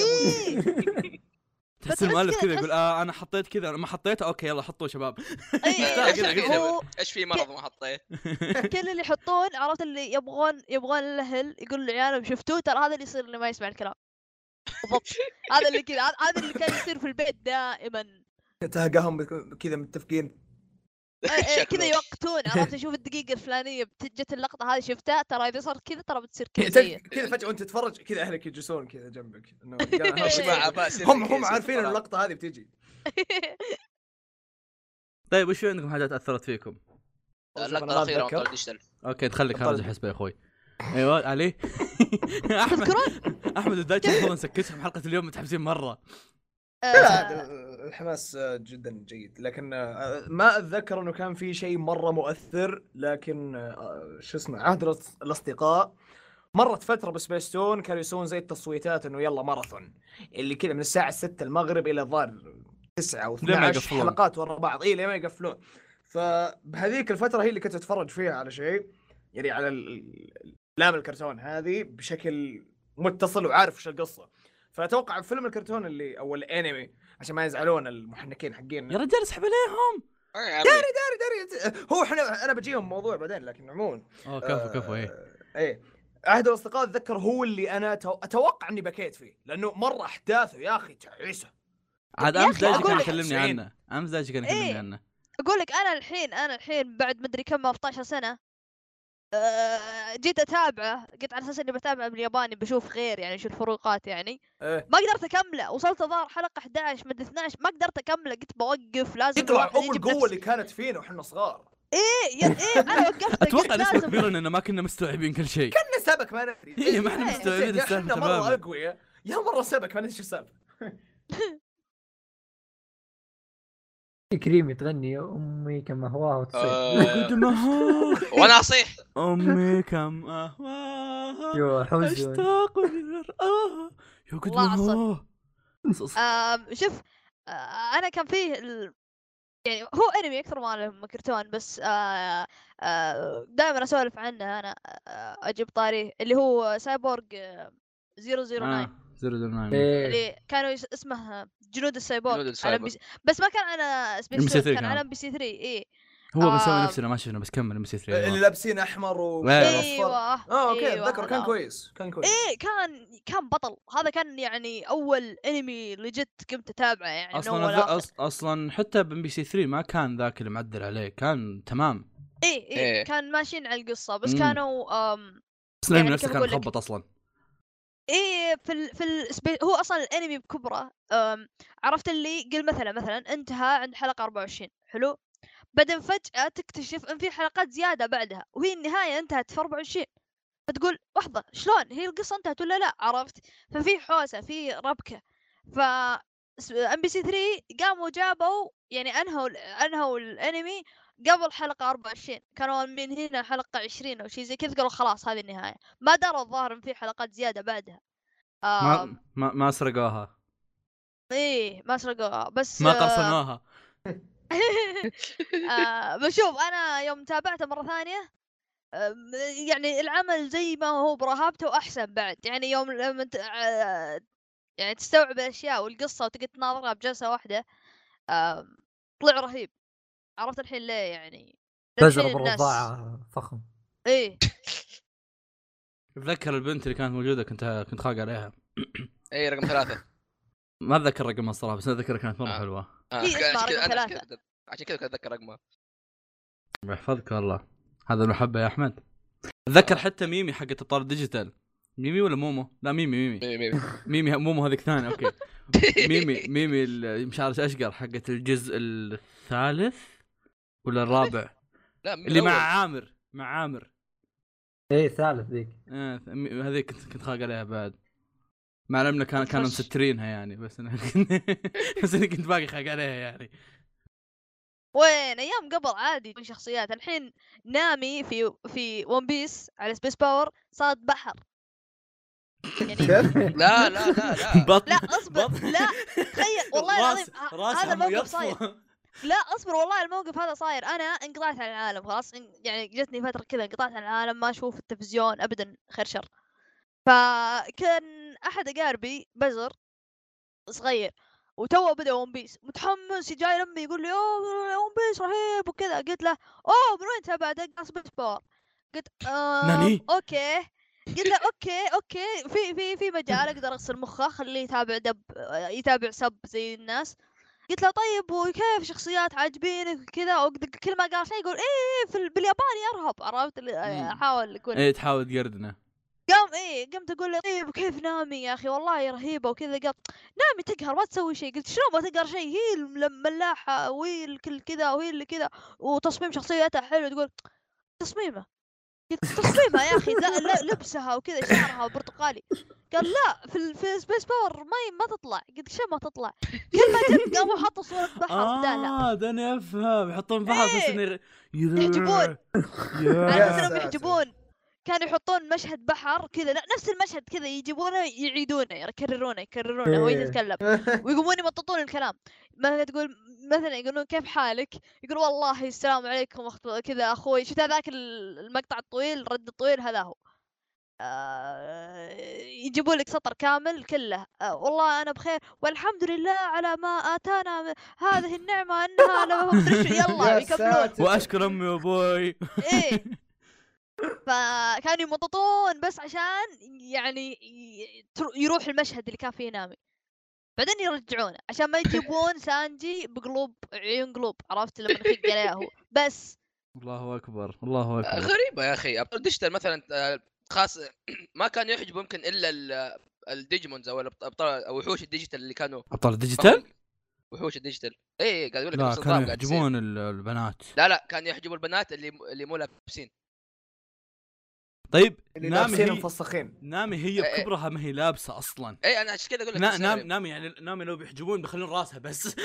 تحس المؤلف كذا يقول انا حطيت كذا، ما حطيته، اوكي يلا حطوه شباب. ايش في مرض ما حطيه؟ كل اللي يحطون عرفت اللي يبغون الاهل يقول لعيالهم شفتوه ترى هذا اللي يصير اللي ما يسمع الكلام بالضبط. هذا اللي كذا، هذا اللي كان يصير في البيت دائما. تلقاهم كذا متفقين كذا يوقتون، عرفت شوف الدقيقه الفلانيه جت اللقطه هذه شفتها، ترى اذا صار كذا ترى بتصير كذا كذا فجاه وانت تتفرج كذا اهلك يجلسون كذا جنبك انه هم عارفين ان اللقطه هذه بتيجي. طيب وش عندكم حاجات اثرت فيكم؟ اللقطه الاخيره مطلع ديجيتال. اوكي تخليك خارج الحسبه يا اخوي. ايوه علي. احمد الدايتش المفروض نسكتهم حلقه اليوم، متحمسين مره. لا الحماس جدا جيد، لكن ما اتذكر انه كان في شيء مره مؤثر. لكن شو اسمه، عهد الاصدقاء مرت فتره بسبيستون كانوا يسوون زي التصويتات انه يلا ماراثون اللي كذا من الساعه 6 المغرب الى الظاهر 9 او 12 حلقات ورا بعض. اي لما يقفلون. فبهذيك الفتره هي اللي كنت اتفرج فيها على شيء يعني على الافلام الكرتون هذه بشكل متصل وعارف ايش القصه. فاتوقع فيلم الكرتون اللي او الانمي عشان ما يزعلون المحنكين حقين يا رجال اسحب عليهم. داري هو انا بجيهم موضوع بعدين، لكن عموما كفو ايه عهد الاصدقاء اتذكر هو اللي انا اتوقع اني بكيت فيه لانه مره احداثه يا اخي تعيسه. عاد امس دايجي كان يكلمني عنه، امس دايجي كان يكلمني عنه. اقول لك انا الحين بعد مدري كم 14 سنه جيت اتابعه، قلت على اساس اني بتابعه بالياباني بشوف غير يعني شو الفروقات يعني. ما قدرت اكمله، وصلت الظاهر حلقه 11 مدري 12 ما قدرت اكمله، قلت بوقف لازم يطلع القوه اللي كانت فينا وحنا صغار. ايه انا وقفت. اتوقع نسبه كبيره اننا ما كنا مستوعبين كل شيء، كنا سبك ما ندري. ايه ما احنا مستوعبين السالفه تماما. مره اقوياء يا مره سبك ما ندري ايش السالفه. كريمي تغني امي كم اهواها وتصيح وانا اصيح امي كم اهواها يا حزن اشتاق للرآها يا قد ما هو. شوف انا كان فيه يعني هو انمي اكثر ما كرتون، بس دائما اسولف عنه انا اجيب طاري اللي هو سايبورغ 009 اللي كانوا اسمه جنود السايبورغ بس ما كان على سبيس، كان على ام بي سي 3. ايه هو بنسوي نفسنا ما شفنا، بس كمل ام بي سي 3 اللي لابسين احمر ايوه اوكي اتذكر كان كويس ايه كان بطل. هذا كان يعني اول انمي اللي جت قمت اتابعه يعني اصلا حتى بام بي سي 3 ما كان ذاك اللي معدل عليه، كان تمام. ايه كان ماشيين على القصه، بس كانوا سليم نفسه كان مخبط اصلا. ايه هو اصلا الانمي بكبره. عرفت اللي قل مثلا انتهى عند حلقه 24 حلو، بعدين فجاه تكتشف ان في حلقات زياده بعدها وهي النهايه انتهت في 24. فتقول لحظه شلون هي القصه انتهت ولا لا؟ عرفت؟ ففي حوسه في ربكه. ف ام بي سي 3 قاموا جابوا يعني انهوا الانمي قبل حلقة 24. كانوا من هنا حلقة 20 أو شيء زي كذا، قالوا خلاص هذه النهاية. ما دروا الظاهر إن في حلقات زيادة بعدها. ما سرقوها. إيه ما سرقوها بس ما قرصنوها. بشوف أنا يوم تابعته مرة ثانية يعني العمل زي ما هو برهابته أحسن بعد. يعني يوم لما يعني تستوعب الأشياء والقصة وتقدر تناظرها بجلسة واحدة طلع رهيب. عرفت الحين ليه يعني بزر بالرضاعة فخم. ايه تذكر البنت اللي كانت موجودة كنت خاق عليها. اي رقم 3 ما اتذكر رقمها الصراحة بس اتذكر كانت مرة حلوة. عشان كذا كنت اتذكر رقمها. يحفظك والله. هذا المحبة يا احمد. اتذكر حتى ميمي حقت ابطال ديجيتال. ميمي ولا مومو؟ لا ميمي مومو هذيك ثانية. اوكي. ميمي مش عارف اشقر حقت الجزء الثالث ولا الرابع. لا اللي مع عامر ايه ثالث ذيك. هذيك كنت خاق عليها بعد. مع اننا كانوا مسترينها يعني بس انا كنت باقي خاق عليها يعني. وين ايام قبل عادي من شخصيات. الحين نامي في ون بيس على سبيس باور صارت بحر يعني. لا لا اصبر لا تخيل والله العظيم هذا الموقف صاير. لا اصبر والله الموقف هذا صاير. انا انقطعت عن العالم خلاص يعني جتني فتره كذا انقطعت عن العالم ما اشوف التلفزيون ابدا خير شر. فكان احد اقاربي بزر صغير وتوه بدا ون بيس متحمس جاي لمي يقول لي اوه ون بيس رهيب وكذا. قلت له اوه من وين تبع دق سبيس باور؟ قلت اوكي. قلت له اوكي في مجال اقدر اغسل مخه خليه يتابع سب زي الناس. قلت له طيب وكيف شخصيات عاجبينك كذا؟ كل ما قال شيء يقول ايه بالياباني ارهب. عرفت احاول اقول ايه تحاول تقردنا. قمت اقول له طيب كيف نامي يا اخي والله رهيبه وكذا. قال نامي تقهر ما تسوي شيء. قلت شلون ما تقهر شيء؟ هي الملاحه وهي الكل كذا وهي اللي كذا وتصميم شخصيتها حلو. تقول تصميمه؟ قلت تصميمها يا اخي لا لبسها وكذا شعرها برتقالي. قال لا في سبيس باور ما تطلع. قلت شو ما تطلع؟ كل ما جبت قاموا حطوا صورة بحر بدالها. ده انا افهم يحطون بحر بس يعجبون يعجبون. كانوا يحطون مشهد بحر كذا نفس المشهد كذا يجيبونه يعيدونه يكررونه وهو يتكلم ويقومون يمططون الكلام. ما تقول مثلا يقولون كيف حالك؟ يقول والله السلام عليكم كذا اخوي. شفت هذاك المقطع الطويل الرد الطويل هذا هو. يجيبوا لك سطر كامل كله والله انا بخير والحمد لله على ما اتانا هذه النعمه انها يلا يكملون واشكر امي وابوي. ايه فكانوا يمططون بس عشان يعني يروح المشهد اللي كان فيه نامي بعدين يرجعونه عشان ما يجيبون سانجي بقلوب عيون قلوب. عرفت لما نخق عليه هو بس. الله اكبر الله اكبر. غريبه يا اخي. ابطال ديجيتال مثلا خاص ما كان يحجبوا يمكن الا الديجيمونز او الابطال او وحوش الديجيتال اللي كانوا ابطال الديجيتال. وحوش الديجيتال ايه قاعد يقول لك لا كانوا يحجبون البنات. لا كان يحجبوا البنات اللي مو لابسين. طيب نامي هي مفسخين. نامي هي بكبرها ما هي لابسه اصلا. اي انا عشان كذا اقول لك نامي يعني نامي لو بيحجبون بيخلون راسها بس.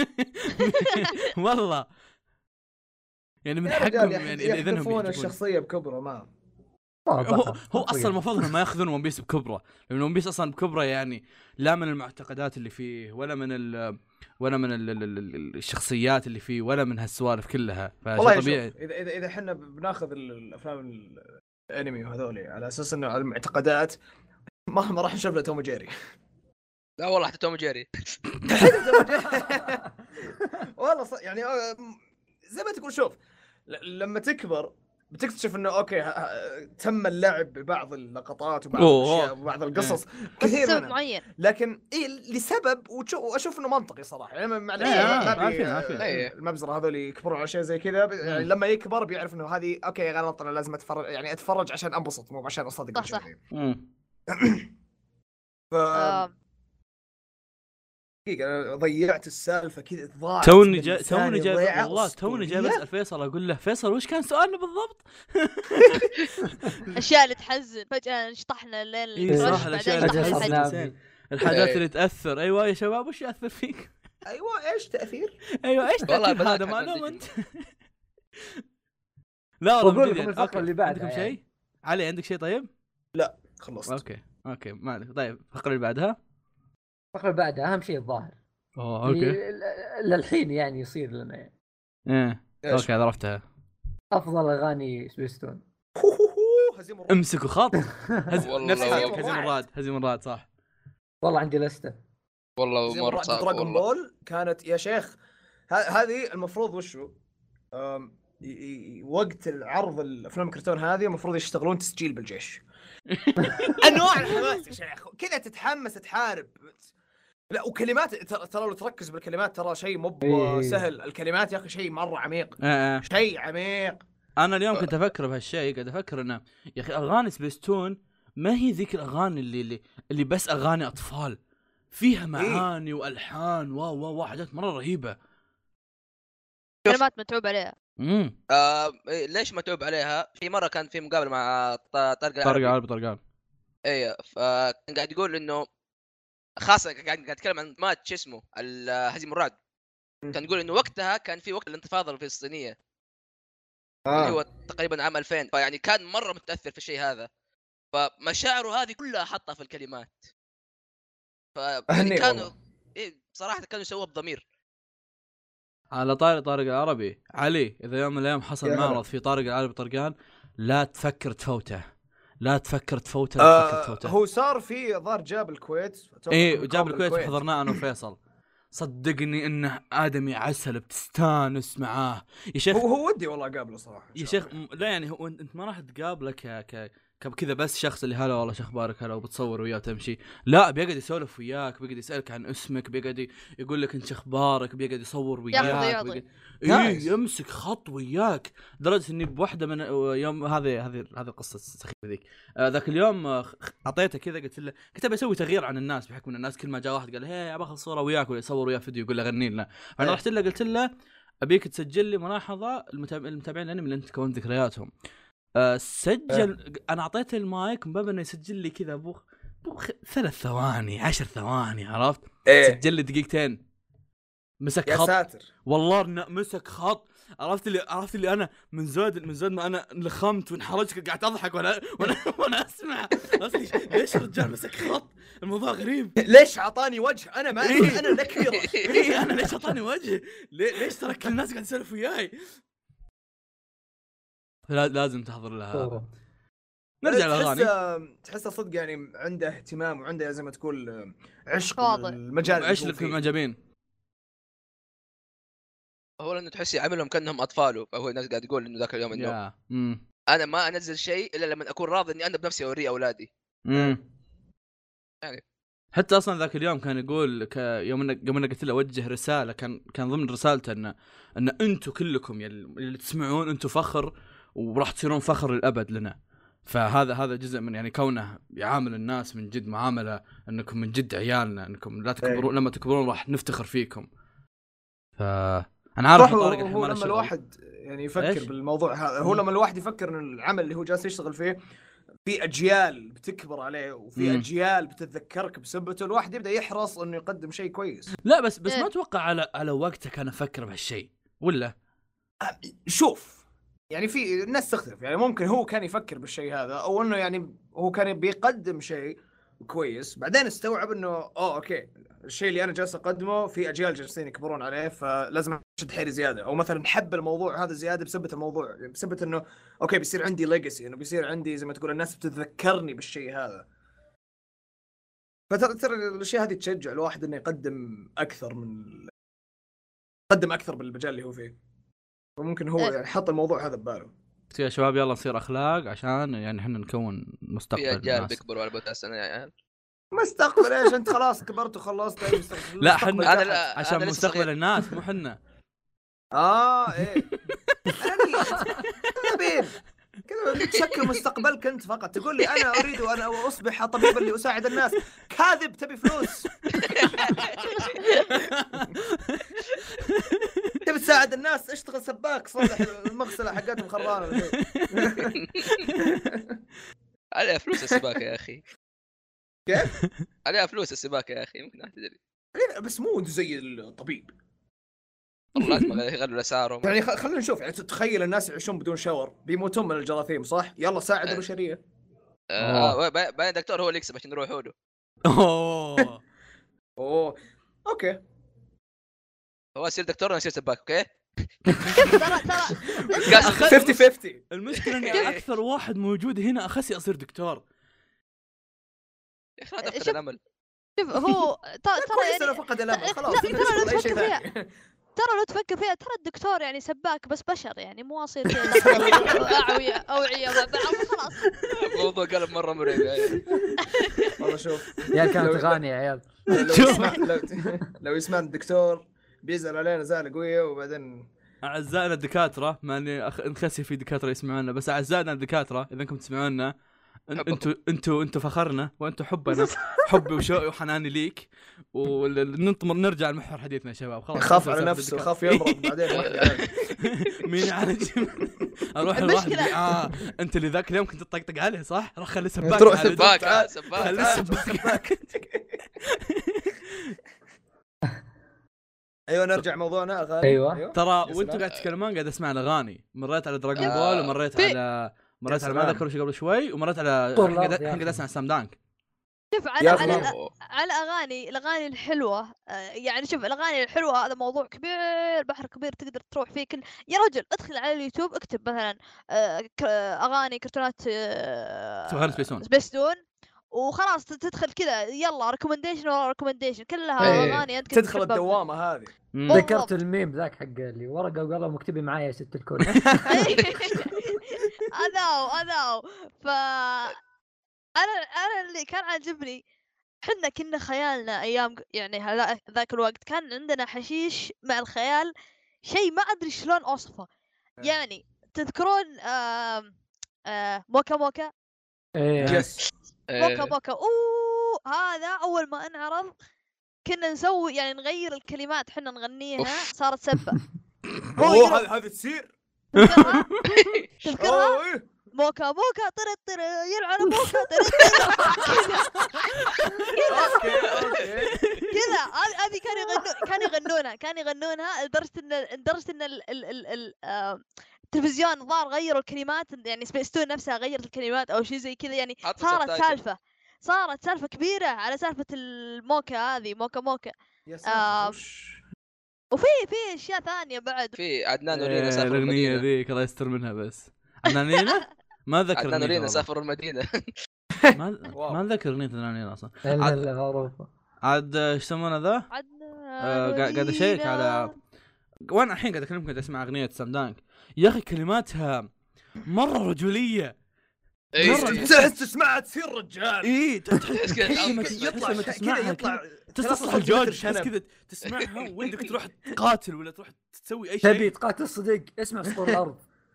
والله يعني من حقهم يعني اذا انهم الشخصيه بكبره ما هو اصلا المفروض انهم ما ياخذون ون بيس بكبره لانه ون بيس اصلا بكبره يعني لا من المعتقدات اللي فيه ولا من الشخصيات اللي فيه ولا من هالسوالف كلها. فطبيعي اذا احنا بناخذ الافلام الانمي وهذولي على اساس انه على المعتقدات ما راح نشوف له توم جيري. لا والله حتى توم جيري والله يعني زي ما تقول شوف لما تكبر بتكتشف انه اوكي تم اللعب ببعض اللقطات وبعض الاشياء وبعض القصص كثير سبب معين، لكن لسبب واشوف انه منطقي صراحه. يعني معلش المبزره هذول يكبرون على شيء زي كذا يعني لما يكبر بيعرف انه هذه اوكي غلط، انا لازم اتفرج يعني اتفرج عشان انبسط مو عشان اصدق صح. ف دقيقة ضيعت السالفة كذا ضاعت. توني جاي والله توني جاي بسأل فيصل أقول له فيصل وش كان سؤالنا بالضبط؟ أشياء اللي تحزن فجأة نشطحنا الليل. صح الأشياء اللي تحزن، الحاجات اللي تأثر. أيوة يا شباب وش يأثر فيك؟ أيوة إيش تأثير؟ أيوة إيش تأثير هذا معلوم أنت. لا والله بقول لكم الفقرة اللي بعدها عندكم شيء؟ علي عندك شيء طيب؟ لا خلصت. أوكي ما عليك. طيب الفقرة اللي بعدها؟ الفقرة اللي بعدها أهم شيء الظاهر. أوكي. للحين يعني يصير لنا يعني. أوكي عرفتها. أفضل أغاني سبيستون. امسكوا خط. هزيم الراد صح. والله عندي لستة. والله مرة صعب. دراغون بول كانت يا شيخ هذه المفروض وشو وقت العرض الافلام الكرتون هذه المفروض يشتغلون تسجيل بالجيش. انواع الحماس يا شيخ كذا تتحمس تحارب. لا وكلمات ترى لو تركز بالكلمات ترى شيء مو سهل. الكلمات يا اخي شيء مره عميق. شيء عميق. انا اليوم كنت افكر بهالشيء، قاعد افكر انه يا اخي اغاني سبيستون ما هي ذيك الاغاني اللي بس اغاني اطفال، فيها معاني والحان حاجات مره رهيبه. كلمات متعوب عليها. ليش متعوب عليها؟ في مره كان في مقابله مع طارق العربي. ايوه فكان قاعد يقول انه خاصه قاعد يتكلم عن ماتش اسمه هزيم الرعد. كان يقول انه وقتها كان في وقت الانتفاضه الفلسطينيه اللي هو تقريبا عام 2000، فيعني كان مره متاثر في الشيء هذا، فمشاعره هذه كلها حطها في الكلمات. يعني كانوا صراحه كانوا يسووها بضمير. على طارق العربي علي، اذا يوم من الايام حصل معرض في طارق العربي طرقان لا تفكر تفوته. هو صار في ظهر جاب الكويت. جاب الكويت وحضرناه انا وفيصل. صدقني انه ادمي عسل بتستانس معاه يا شيخ. هو ودي والله قابله صراحه يا شيخ. لا يعني هو انت ما راح تقابله كذا بس شخص اللي هلا والله شو اخبارك هلا وبتصور وياه تمشي. لا بيقعد يسولف وياك، بيقعد يسالك عن اسمك، بيقعد يقول لك انت شو اخبارك، بيقعد يصور وياك، يمسك خط وياك. لدرجه اني بوحده من يوم هذه القصه السخيفه ذيك ذاك اليوم اعطيته كذا قلت له كنت بسوي تغيير عن الناس بحكم ان الناس كل ما جاء واحد قال هي ابغى صوره وياك ولا يصور وياه فيديو يقول له غني لنا. فانا رحت له قلت له ابيك تسجل لي ملاحظه المتابعين الانمي اللي انت كونت ذكرياتهم. سجل. انا اعطيته المايك من باب انه يسجل لي كذا بوخ 3 ثواني 10 ثواني عرفت. سجل لي دقيقتين مسك خط. يا ساتر والله مسك خط. عرفت اللي انا من زود ما انا لخمت وانحرجت قاعد اضحك وانا اسمع. ليش الرجال مسك خط؟ الموضوع غريب. ليش اعطاني وجه؟ انا ما انا نكره. انا ليش اعطاني وجه؟ ليش ترى كل الناس قاعد يسولفوا وياي؟ لازم تحضر لها. نرجع للاغاني. تحس صدق يعني عنده اهتمام وعنده زي ما تقول عشق المجال. عشق في المعجبين. هو لانه تحسي عملهم كانهم اطفاله. فهو الناس قاعد تقول انه ذاك اليوم انه انا ما انزل شيء الا لما اكون راضي اني انا بنفسي اوريه اولادي. يعني حتى اصلا ذاك اليوم كان يقول يوم انه قلت له وجه رساله كان ضمن رسالته ان انتم كلكم اللي تسمعون انتم فخر وراح تصيرون فخر للابد لنا. فهذا جزء من يعني كونه يعامل الناس من جد معامله انكم من جد عيالنا، انكم لا تكبرون لما تكبرون راح نفتخر فيكم. انا عارف طارق هو لما الواحد يعني يفكر بالموضوع هذا. هو لما الواحد يفكر ان العمل اللي هو جالس يشتغل فيه في اجيال بتكبر عليه وفي اجيال بتتذكرك بسبته، الواحد يبدا يحرص انه يقدم شيء كويس. لا بس ما اتوقع على وقته كان افكر بهالشيء ولا شوف يعني في الناس تختلف. يعني ممكن هو كان يفكر بالشيء هذا او انه يعني هو كان بيقدم شيء كويس بعدين استوعب انه اوكي الشيء اللي انا جالس اقدمه في اجيال جالسين يكبرون عليه فلازم اشد حيلي زياده، او مثلا حب الموضوع هذا زياده بسبب الموضوع، بسبب انه اوكي بيصير عندي ليجاسي، انه بيصير عندي زي ما تقول الناس بتتذكرني بالشيء هذا. فترى الاشياء هذه تشجع الواحد انه يقدم اكثر بالمجال اللي هو فيه. وممكن هو يعني حط الموضوع هذا بباله. يا شباب يلا نصير اخلاق عشان يعني احنا نكون مستقبل. في اجيال بيكبروا على بوتا سنه يا عيال. مستقبل ايش؟ انت خلاص كبرت وخلصت. لا حنا عشان مستقبل الناس مو حنا. ايه نبيل كذا تشكل مستقبلك انت فقط. تقول لي انا اريد ان اصبح طبيبا لاساعد الناس. كاذب، تبي فلوس. تبي تساعد الناس، اشتغل سباك، صلح المغسله حقتهم خربانه. عليها فلوس السباكه يا اخي. كيف؟ عليها فلوس السباكه يا اخي، ممكن تدري. بس مو زي الطبيب. والله ما يغلوا اسعارهم. يعني خلينا نشوف. يعني تخيل الناس يعيشون بدون شاور، بيموتون من الجراثيم صح؟ يلا ساعد البشريه. باين دكتور هو اللي يكسب عشان يروحوا له. اوه اوكي. هو يصير دكتور ولا يصير سباك؟ اوكي. ترى 50-50. المشكله اني اكثر واحد موجود هنا اخسي اصير دكتور. يا اخي لا تفقد الامل. شوف هو ترى يعني فقد الامل خلاص. ترى لو تفكر فيها ترى الدكتور يعني سباك بس بشر، يعني مو اصير اوعيه مع بعض خلاص. الموضوع قلب مره مرعب يا عيال. والله شوف يا كانت اغاني يا عيال. لو يسمع الدكتور بيزعل علينا زعلة قوية. وبعدين اعزائنا الدكاتره، ما اني نخسي في دكاتره يسمعونا، بس اعزائنا الدكاتره اذا انكم تسمعونا انتوا فخرنا وانتوا حبنا. حبي وحناني ليك. وننطمر نرجع المحور حديثنا يا شباب. خلاص خاف على نفسه، خاف يمرض بعدين واحد. مين يعالج؟ اروح الواحد انت اللي ذاك اليوم كنت تطقطق عليه صح؟ روح خلي سباك. تروح سباك. سباك. ايوه نرجع موضوعنا اغاني. ايوه ترى وانتوا قاعد تتكلمون قاعد اسمع الاغاني. مريت على دراجون بول ومريت على ما اذكر شيء قبل شوي، ومريت على حق اسمع سام دانك. شوف على الاغاني الحلوه. يعني شوف الاغاني الحلوه هذا موضوع كبير، بحر كبير تقدر تروح فيه كل. يا رجل ادخل على اليوتيوب اكتب مثلا اغاني كرتونات سبيستون وخلاص تدخل كذا يلا ريكومنديشن ورا ريكومنديشن كلها اغاني انت تدخل الدوامه هذه. ذكرت الميم ذاك حق اللي ورقه وقلم مكتبي معايا يا ست الكل. هذا ف انا اللي كان عاجبني حنا كنا خيالنا ايام يعني ذاك الوقت كان عندنا حشيش مع الخيال شيء ما ادري شلون اوصفه. يعني تذكرون موكا موكا؟ موكا موكا هذا اول ما انعرض كنا نسوي يعني نغير الكلمات حنا نغنيها صارت سبة. هذا تصير تذكرها؟ موكا موكا طر يلعن موكا طر كذا. هذه كانوا يغنونها لدرجة ان التلفزيون الظاهر غيروا الكلمات. يعني سبيستون نفسها غيرت الكلمات او شيء زي كذا. يعني صارت سالفة كبيرة على سالفة الموكا هذه موكا. وفي اشياء ثانية بعد. في عدنان ولينا سافروا الاغنية ذيك الله يستر منها. بس عدنان ما ذكر عدنان ولينا سافروا المدينة. ما ذكر اغنية عدنان اصلا. لا معروفة. عاد ايش يسمونه ذا؟ قاعد اشيك على وانا الحين قاعد اكلمكم قاعد اسمع اغنية سام دانك. يا اخي كلماتها مرة رجولية. تحس تسمعها تصير رجال. تحس يطلع تصلح الجوج كذا تسمعها ودك تروح تقاتل ولا تروح تسوي اي شيء. تبي تقاتل صدق اسمع سطور الارض.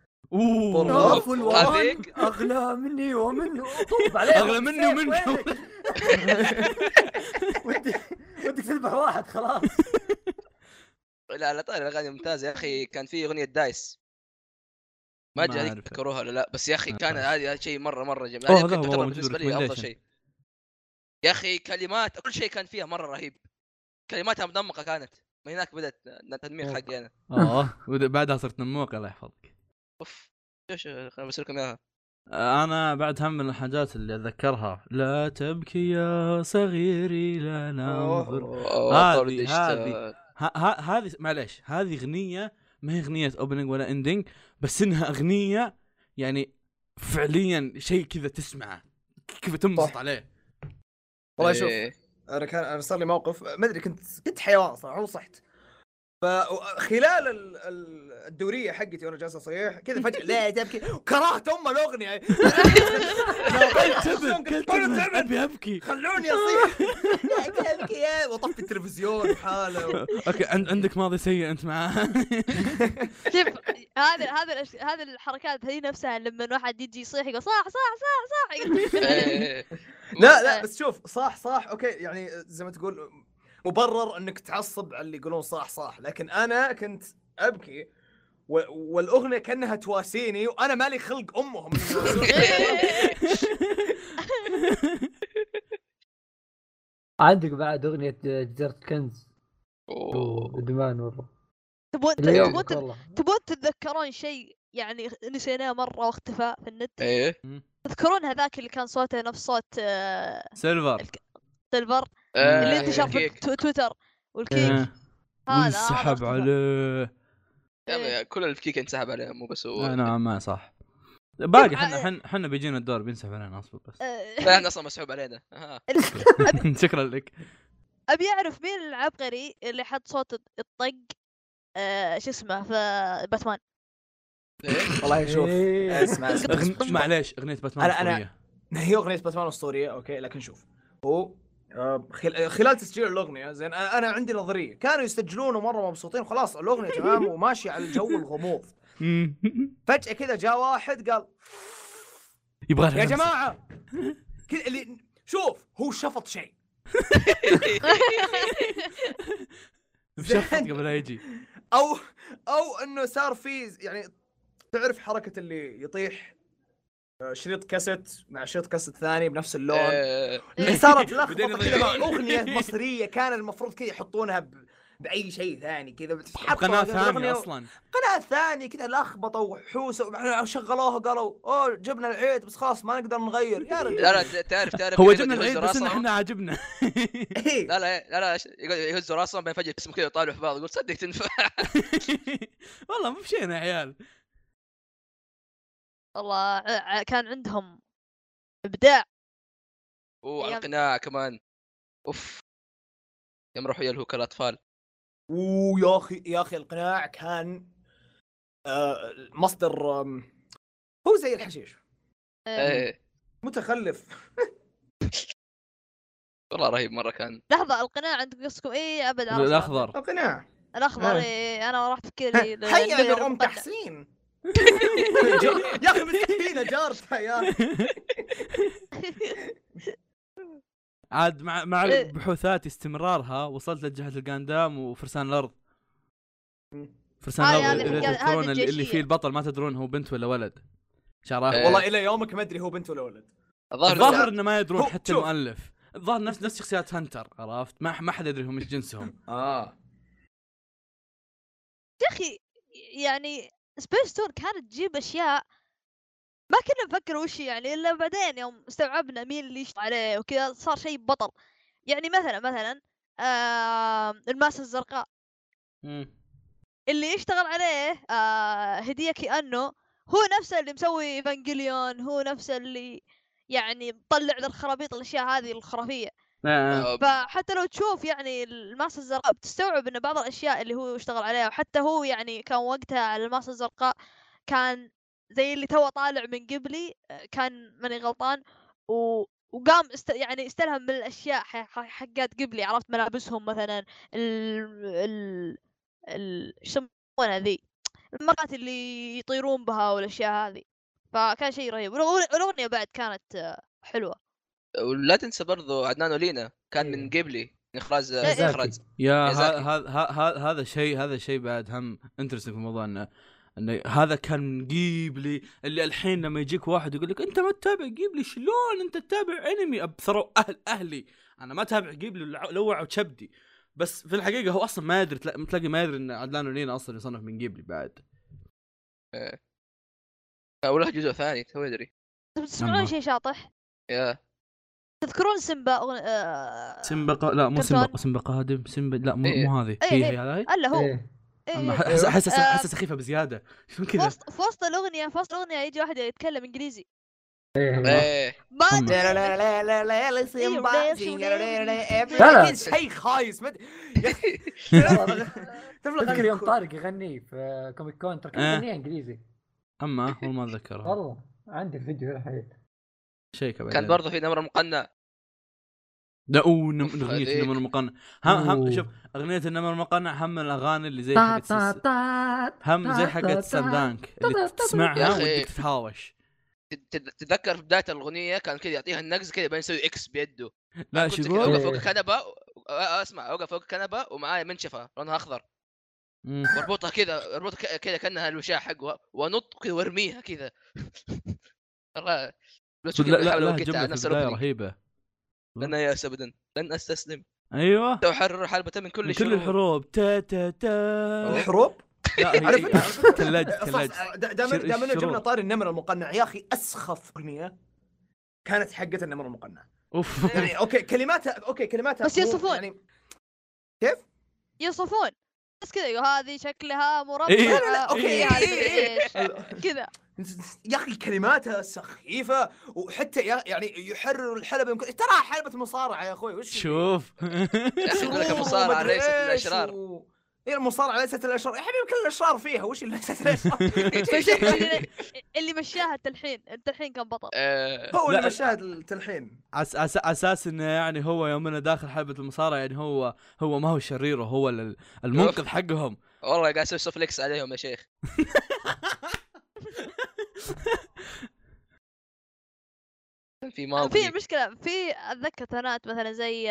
هذيك اغلى مني ومنه طوب عليه. اغلى مني ومنه. ودك تذبح واحد خلاص. لا طيب الاغاني ممتازه يا اخي. كان في اغنيه دايس ما ادري تذكروها ولا لا، بس يا اخي كان هذا شيء مره جميل. هذا بالنسبه لي افضل شيء يا اخي. كلمات كل شيء كان فيها مره رهيب. كلماتها مدمقه كانت. من هناك بدات التدمير حقي انا. بعدها صرت نموق الله يحفظك. اوف ايش خليني بسلكم اياها. انا بعد هم من الحاجات اللي اتذكرها لا تبكي يا صغيري لا ننظر. هذه معليش هذه اغنيه ما هي اغنيه اوبننج ولا اندنج، بس انها اغنيه يعني فعليا شيء كذا تسمعه كيف تنبسط عليه. والله شوف انا صار لي موقف ما ادري كنت حيوان صراحه وصحت. فخلال الدوريه حقتي وانا جالس اصيح كذا فجاه لا تبكي كرهت الاغنيه ابي ابكي خلوني اصيح لا تبكي يا وطفي التلفزيون بحاله. اوكي عندك ماضي سيء انت معاه. شوف هذه الحركات هي نفسها لما واحد يجي يصيح يقول صح لا بس شوف صح اوكي يعني زي ما تقول مبرر انك تعصب على اللي يقولون صح لكن انا كنت ابكي والاغنيه كانها تواسيني وانا مالي خلق امهم. عندك بعد اغنيه جزيره كنز ادمان والله. تبون تتذكرون شيء يعني نسيناه مره واختفى في النت؟ تذكرون هذاك اللي كان صوته نفس صوت سيلفر اللي انتشر في تويتر والكيك هذا انسحب عليه. كل الكيك انسحب عليه مو بس هو. نعم ما صح. باقي احنا بيجينا الدور بينسحب علينا اصلا بس. احنا اصلا مسحوب علينا. شكرا لك. ابي اعرف مين العبقري اللي حط صوت الطق شو اسمه في باتمان. والله شوف اسمع معليش اغنيه باتمان أنا هي اغنيه باتمان اسطوريه اوكي لكن شوف هو خلال تسجيل الاغنيه زين انا عندي نظريه كانوا يسجلونه مره مبسوطين وخلاص الاغنيه تمام وماشي على الجو الغموض. فجاه كذا جاء واحد قال يبغى يا جماعه كذا اللي شوف هو شفط شيء شفط قبل لا يجي او انه صار في يعني تعرف حركه اللي يطيح شريط كاسيت مع شريط كاسيت ثاني بنفس اللون اللي صارت لخبطه كذا مع اغنيه مصريه كان المفروض كذا يحطونها باي شيء ثاني كذا قناه ثانيه اصلا قناه ثانيه كذا لخبطه وحوسه وشغلوها قالوا جبنا العيد بس خلاص ما نقدر نغير يا رجل. لا تعرف هو جبنا العيد بس احنا عاجبنا. لا يهزوا راسهم بين فجاه اسمه كذا طالع في بعض يقول صدق تنفع. والله مو بشينا يا عيال والله كان عندهم ابداع واقناع كمان. اوف يوم روحوا يلهوا الاطفال. يا اخي القناع كان مصدر هو زي الحشيش متخلف. والله رهيب مره كان. لحظه القناع عندك قصكم ايه ابد الاخضر الاخضر انا راح افكر هيا ام تحسين. يا اخي مسكينه جارتها يا عاد مع بحوثات استمرارها وصلت لجهة القاندام وفرسان الارض. فرسان الارض اللي فيه البطل ما تدرون هو بنت ولا ولد. شعرها والله الى يومك ما ادري هو بنت ولا ولد. الظاهر انه ما يدرون حتى المؤلف. الظاهر نفس شخصيات هانتر عرفت ما حد يدري هم ايش جنسهم. يا اخي يعني سبيس تون كانت تجيب اشياء ما كنا نفكر وش يعني الا بعدين يوم استوعبنا مين اللي يشتغل عليه وكذا صار شيء بطل. يعني مثلا الماسة الزرقاء اللي يشتغل عليه هديكي انه هو نفسه اللي مسوي ايفانجيليون هو نفسه اللي يعني طلع للخرابيط الاشياء هذه الخرافيه. فحتى لو تشوف يعني الماسة الزرقاء بتستوعب ان بعض الاشياء اللي هو اشتغل عليها وحتى هو يعني كان وقتها على الماسة الزرقاء كان زي اللي تو طالع من قبلي كان ماني غلطان وقام يعني استلهم من الاشياء حقات قبلي عرفت ملابسهم مثلا يسمونها ذي المرات اللي يطيرون بها والاشياء هذه. فكان شيء رهيب والاغنيه بعد كانت حلوه. ولا تنسى برضو عدنان ولينا كان من قبلي اخراج يا هذا شيء بعد هم انترستنج في الموضوع انه هذا كان من قبلي اللي الحين لما يجيك واحد يقول لك انت ما تتابع قبلي شلون انت تتابع انمي ابثروا اهلي انا ما اتابع قبلي لوعوا كبدي بس في الحقيقه هو اصلا ما يدري تلاقي ما يدري ان عدنان ولينا اصلا يصنف من قبلي بعد. ولا جزء ثاني تو يدري. تسمعون شيء شاطح؟ تذكرون سيمبا لا مو سيمبا قادم سيمبا لا مو هذه هي هذه الا هو احس سخيفه بزياده شو كذا في وسط الاغنيه يجي واحد يتكلم انجليزي ما لا لا لا لا لا لا سيمبا لا. شيء خايس تذكر يوم طارق يغني في كوميك كون ترى كان يغنيها انجليزي اما والله ما اتذكرها والله عندي الفيديو الحين شيء كبير. كان برضه في نمر مقنع. لا اغنيه النمر المقنع هم شوف اغنيه النمر المقنع هم الاغاني اللي زي حقت هم زي حقت سلدانك اللي تسمعها ودك تتهاوش. تتذكر في بدايه الاغنيه كان كذا يعطيها النقز كذا بين يسوي اكس بيده. لا شو شو اوقف فوق الكنبه اسمع اوقف فوق الكنبه ومعايا منشفه لونها اخضر واربطها كذا اربطها كذا كانها الوشاح حقه ونط كذا وارميها كذا. لا جملة في البداية رهيبة. لن يأس أبدا لن أستسلم. أيوة سأحرر حلبة من كل الحروب تا الحروب. لا ثلاج دائما جبنا طاري النمر المقنع يا أخي أسخف أغنية كانت حقة النمر المقنع. أوف يعني أوكي كلماتها بس يصفون يعني كيف يصفون بس كذا هذه شكلها مربع. أوكي كذا يا أخي كلماتها سخيفة وحتى يعني يحرر الحلبة يمكن ترى حلبة المصارعة يا أخوي وش شوف يقول لك المصارعة ليست الأشرار. هي المصارعة ليست الأشرار يا حبيبي كل الأشرار فيها وش اللي ليست الأشرار. اللي مشاها التلحين كان بطل. هو اللي مشاها التلحين أساس إنه يعني هو يوم أنه داخل حلبة المصارعة يعني هو ما هو الشرير وهو المنقذ حقهم. والله قاعد أسوي سوفليكس عليهم يا شيخ. في مشكلة في أتذكر ثانات مثلا زي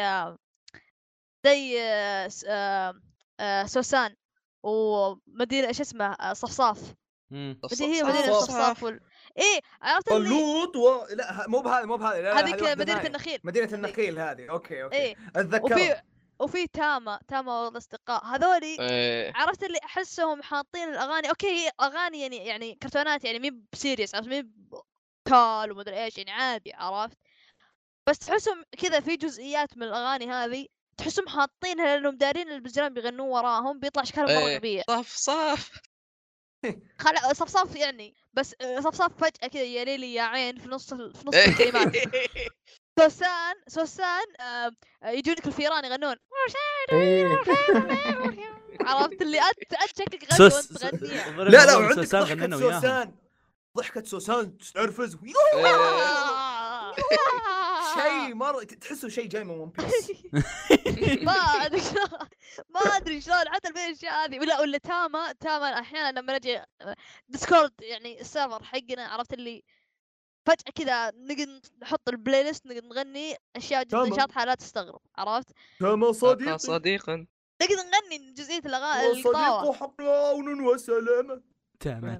سوسان ومدينة ايش اسمها صفصاف. هي مدينة صفصاف ايه عرفت اللوط لا مو بهذه هذيك مدينة النخيل هذه اوكي إيه. اتذكر وفي تاما والاصدقاء هذولي عرفت اللي احسهم حاطين الاغاني اوكي اغاني يعني كرتونات يعني مي بسيريس عرفت مي كال ومدري ايش يعني عادي عرفت بس تحسهم كذا في جزئيات من الاغاني هذه تحسهم حاطينها لانهم دارين البزران بيغنوا وراهم بيطلع اشكالهم مره غبيه. صف صفصاف يعني بس صفصاف فجأة كذا يا ليلي يا عين في نص الكلمات. سوسان يجونك الفيران يغنون عرفت اللي أتشكك غني وانت تغنيها. لا وعندك سوسان ضحكة سوسان تنرفز شيء مرة تحسه شيء جاي من ون بيس. ما ادري شلون حتى بين الاشياء هذه ولا تاما احيانا لما نجي ديسكورد يعني السيرفر حقنا عرفت اللي فجأة كذا نقدر نحط البلاي ليست نقدر نغني اشياء جدا شاطحة لا تستغرب عرفت تاما صديقا نقدر نغني جزئية الاغاني صديقه حقنا وسلامة تاما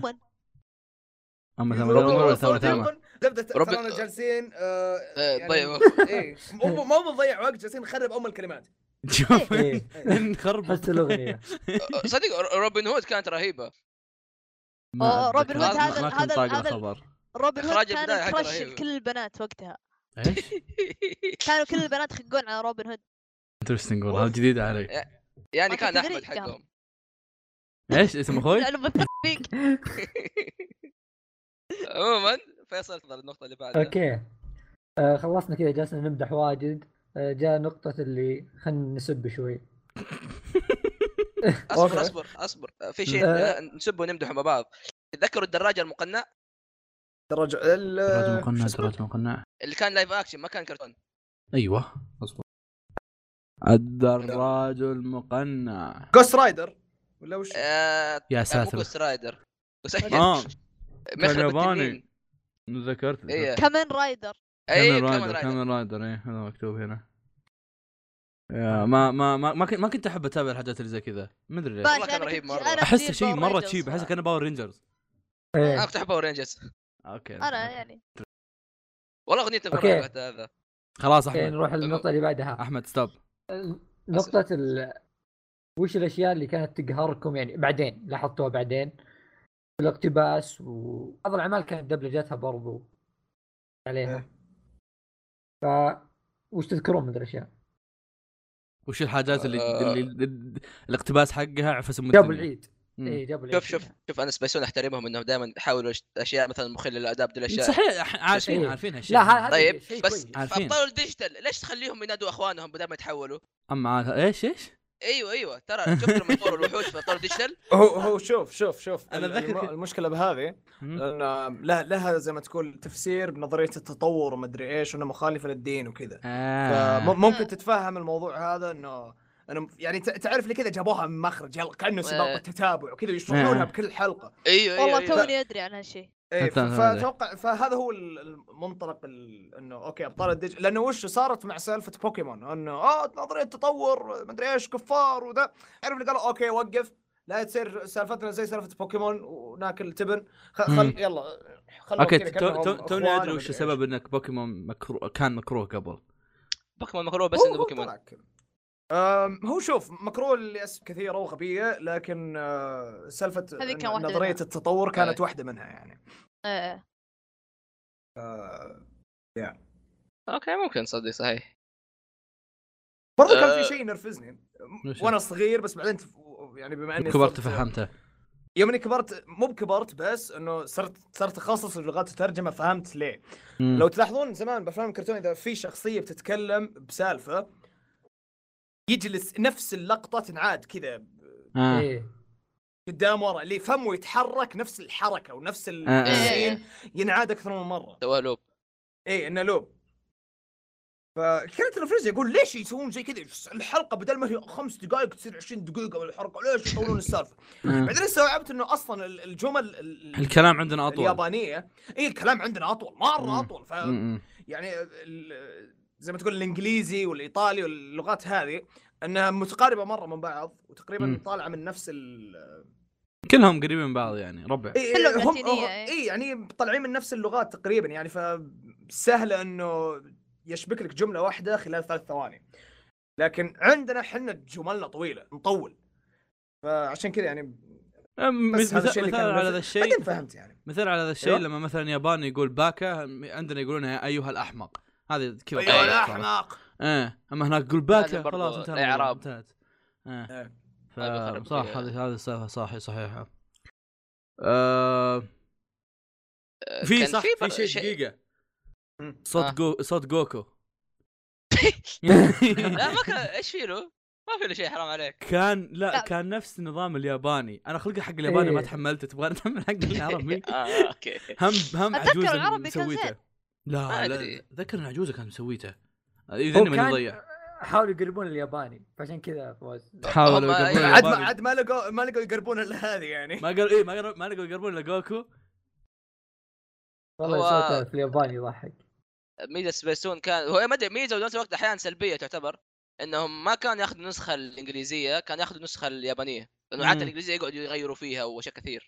تاما ترانا جالسين ضيعوا ايه مو بنضيع وقت جالسين نخرب الكلمات. شوف نخرب بس الاغنيه صدق روبن هود كانت رهيبه. روبن هود هذا خبر روبن هود كان كراش كل البنات وقتها. ايش كانوا كل البنات يخقون على روبن هود. انترستنج والله جديدة علي يعني كان احمد حقهم ايش اسم اخوي عموما فيصل تفضل النقطة اللي بعدها. اوكي خلصنا كذا جالسنا نمدح واجد جاء نقطة اللي خلنا نسب شوي. اصبر في شيء نسب ونمدح مع بعض. تذكروا الدراجة المقنع؟ دراجة المقنع اللي كان لايف اكشن ما كان كرتون. ايوه اصبر الدراج المقنع جوست رايدر ولا وش يا ساتر جوست رايدر ياباني ذكرت كمان رايدر كمان رايدر ايه هذا مكتوب هنا. يا ما كنت احب اتابع الحاجات اللي زي كذا ما ادري ليش والله كان رهيب مره. احس شيء مره تشيب احس كانه باور رينجرز. انا كنت احب باور رينجرز. اوكي انا يعني والله اغنيته مرة هذا خلاص احمد نروح للنقطة اللي بعدها. احمد ستوب. نقطة وش الاشياء اللي كانت تقهركم يعني بعدين لاحظتوها بعدين الاقتباس وبعض الاعمال كانت دبلجتها برضو عليها. وش تذكرون من الاشياء؟ وش الحاجات اللي الاقتباس حقها عفس جابوا العيد اي جابوا شوف انا سبيسون احترمهم انهم دائما يحاولوا اشياء مثلا مخله للاداب دي الاشياء صحيح عارفين هالشيء. لا هذا طيب شيء بس عارفين. ابطال الديجيتال ليش تخليهم ينادوا اخوانهم بدل ما يتحولوا؟ اما ايش ايوه ترى شفت لما يطوروا الوحوش في ابطال الديجيتال هو شوف أنا أذكر المشكله بهذه لان لها زي ما تقول تفسير بنظريه التطور وما ادري ايش وانه مخالفه للدين وكذا. فممكن تتفهم الموضوع هذا انه يعني تعرف لي كذا جابوها من مخرج يلا كانه سباق التتابع وكذا يشرحونها بكل حلقه. ايوه والله توني ادري عن هالشيء. فاتوقع فهذا هو المنطلق انه اوكي ابطال الديجيتال لانه وش صارت مع سالفه بوكيمون انه نظريه تطور ما ادري ايش كفار وذا عرف اللي قالوا اوكي وقف لا تصير سالفتنا زي سالفه بوكيمون وناكل تبن خل يلا اوكي توني ادري وش السبب انك بوكيمون كان مكروه قبل. بوكيمون مكروه بس انه بوكيمون هو شوف مكروه لأسباب كثيرة وغبية لكن سالفة نظرية التطور كانت واحدة منها يعني. اوكي ممكن صدق صحيح. برضو كان في شيء ينرفزني وانا صغير بس بعدين يعني بما اني كبرت فهمته. يوم اني كبرت مو بكبرت بس انه صرت تخصص لغات الترجمة فهمت ليه. لو تلاحظون زمان بافلام الكرتون اذا في شخصية بتتكلم بسالفة يجلس نفس اللقطة تنعاد كذا قدام ورا اللي فمه يتحرك نفس الحركة ونفس السين ينعاد أكثر من مرة. سوى لوب. إنه لوب. فكانت الفريز يقول ليش يسوون زي كذا الحلقة بدل ما هي 5 دقائق تصير 20 دقيقة بالحلقة ليش يطولون السالفة؟ بعدين استوعبت إنه أصلاً الجمل الكلام عندنا أطول. اليابانية الكلام عندنا أطول مرة أطول يعني زي ما تقول الانجليزي والايطالي واللغات هذه انها متقاربه مره من بعض وتقريبا طالعه من نفس كلهم قريبين من بعض يعني ربع. هم يعني طالعين من نفس اللغات تقريبا يعني فسهله انه يشبك لك جمله واحده خلال 3 ثواني. لكن عندنا حنا جملنا طويله نطول فعشان كذا يعني مثال على هذا الشيء بعدين فهمت يعني مثال على هذا الشيء لما مثلا ياباني يقول باكا عندنا يقولون يا ايها الاحمق هذه كذا ايها الاحمق اما هناك تقول باكا خلاص انتهت. صح هذه السالفه صحيحه. في شيء دقيقه صوت جوكو لا ما كان ايش فيه له ما في له شيء حرام عليك. كان نفس النظام الياباني. انا خلق حق الياباني ما تحملته تبغى نحمل حق العربي. اوكي هم عجوزه مسويته. لا ذكر ان عجوزه كانت مسويته اذن من يضيع. حاولوا يقربون الياباني فعشان كذا فوز حاولوا يقربون الياباني عاد ما لقوا يقربون الا هذه يعني ما لقوا يقربون الا جوكو. والله صوته في الياباني يضحك. ميزه سبيسون كان هو ما ادري ميزه ونفس الوقت احيانا سلبيه تعتبر انهم ما كانوا ياخذوا النسخه الانجليزيه كان ياخذوا النسخه اليابانيه لانه حتى الانجليزيه يقعدوا يغيروا فيها واشياء كثير.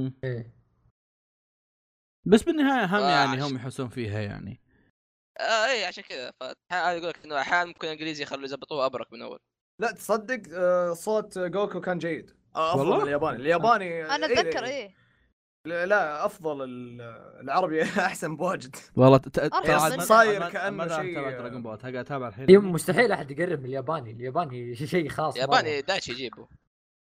بس بالنهايه يعني هم يحسون فيها يعني اي عشان كذا يقول لك انه احيانا ممكن الانجليزي يخلوا يضبطوه ابرك من اول. لا تصدق صوت جوكو كان جيد افضل من الياباني انا اتذكر لا افضل العربي احسن بواجد والله. صاير كانه شيء دراجون بول اتابع الحين. مستحيل احد يقرب من الياباني شيء خاص. الياباني دايتشي يجيبه.